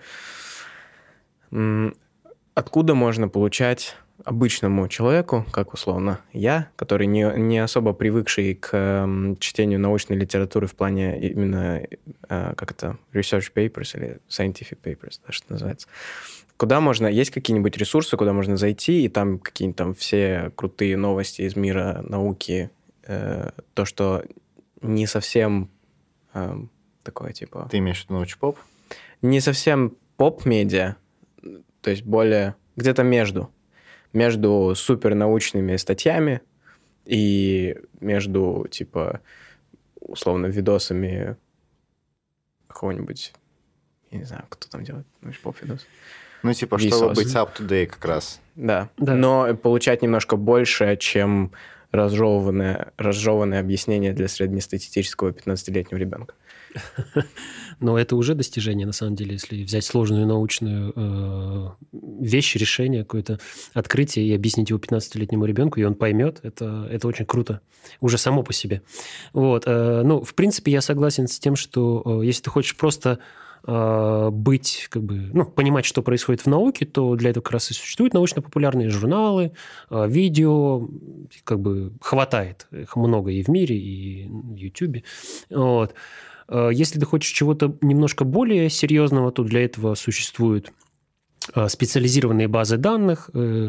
откуда можно получать обычному человеку, как условно я, который не особо привыкший к чтению научной литературы в плане именно, как это, research papers или scientific papers, да, что называется. Куда можно, есть какие-нибудь ресурсы, куда можно зайти, и там какие-нибудь там все крутые новости из мира науки, то, что не совсем такое, типа... Ты имеешь в виду научпоп? Не совсем поп-медиа, то есть более где-то между супернаучными статьями и между, типа, условно, видосами какого-нибудь, я не знаю, кто там делает поп-видос. Ну, типа, чтобы быть up-to-date как раз. Да, но получать немножко больше, чем разжеванное объяснение для среднестатистического 15-летнего ребенка. Но это уже достижение, на самом деле, если взять сложную научную вещь, решение, какое-то открытие и объяснить его 15-летнему ребенку, и он поймет, это очень круто, уже само по себе. Вот. Ну, в принципе, я согласен с тем, что если ты хочешь просто быть, как бы, ну, понимать, что происходит в науке, то для этого как раз и существуют научно-популярные журналы, видео, как бы хватает, их много и в мире, и в YouTube. Вот. Если ты хочешь чего-то немножко более серьезного, то для этого существуют специализированные базы данных,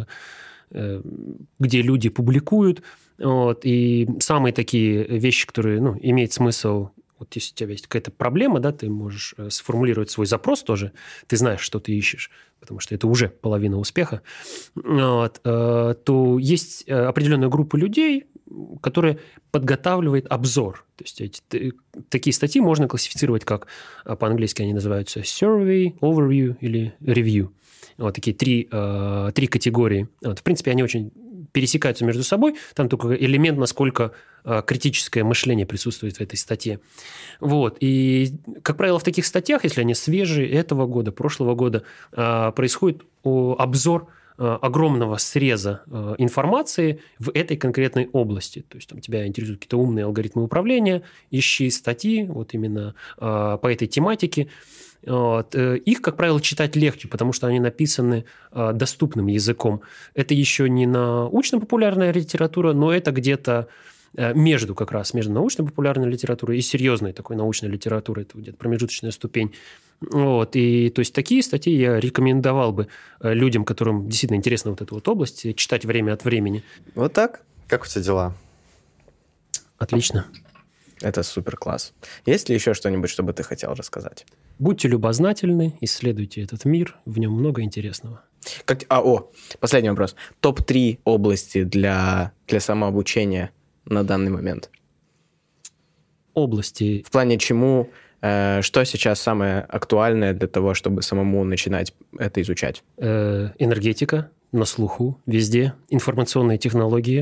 где люди публикуют. Вот. И самые такие вещи, которые, ну, имеют смысл... Вот если у тебя есть какая-то проблема, да, ты можешь сформулировать свой запрос тоже, ты знаешь, что ты ищешь, потому что это уже половина успеха, вот, то есть определенная группа людей, которая подготавливает обзор. То есть такие статьи можно классифицировать как, по-английски они называются survey, overview или review. Вот такие три категории. Вот, в принципе, они очень пересекаются между собой. Там только элемент, насколько критическое мышление присутствует в этой статье. Вот. И, как правило, в таких статьях, если они свежие, этого года, прошлого года, происходит обзор огромного среза информации в этой конкретной области. То есть там тебя интересуют какие-то умные алгоритмы управления, ищи статьи вот именно по этой тематике. Вот. Их, как правило, читать легче, потому что они написаны доступным языком. Это еще не научно-популярная литература, но это где-то между научно-популярной литературой и серьезной такой научной литературой. Это где-то промежуточная ступень. Вот. И, то есть такие статьи я рекомендовал бы людям, которым действительно интересна вот эта вот область, читать время от времени. Вот так. Как у тебя дела? Отлично. Это супер класс. Есть ли еще что-нибудь, что бы ты хотел рассказать? Будьте любознательны, исследуйте этот мир, в нем много интересного. Последний вопрос. Топ-3 области для самообучения на данный момент. Области. В плане чему, что сейчас самое актуальное для того, чтобы самому начинать это изучать? Энергетика на слуху везде, информационные технологии,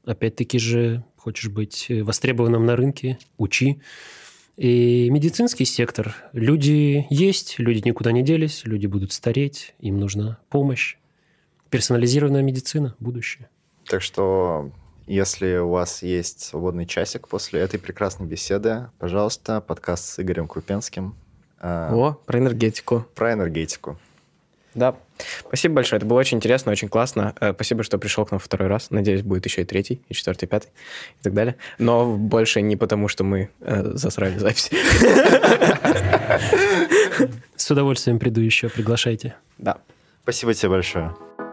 Опять-таки же, хочешь быть востребованным на рынке, учи. И медицинский сектор. Люди есть, люди никуда не делись, люди будут стареть, им нужна помощь. Персонализированная медицина – будущее. Так что, если у вас есть свободный часик после этой прекрасной беседы, пожалуйста, подкаст с Игорем Крупенским. Про энергетику. Про энергетику. Да. Спасибо большое. Это было очень интересно, очень классно. Спасибо, что пришел к нам второй раз. Надеюсь, будет еще и третий, и четвертый, и пятый, и так далее. Но больше не потому, что мы засрали запись. С удовольствием приду еще, приглашайте. Да. Спасибо тебе большое.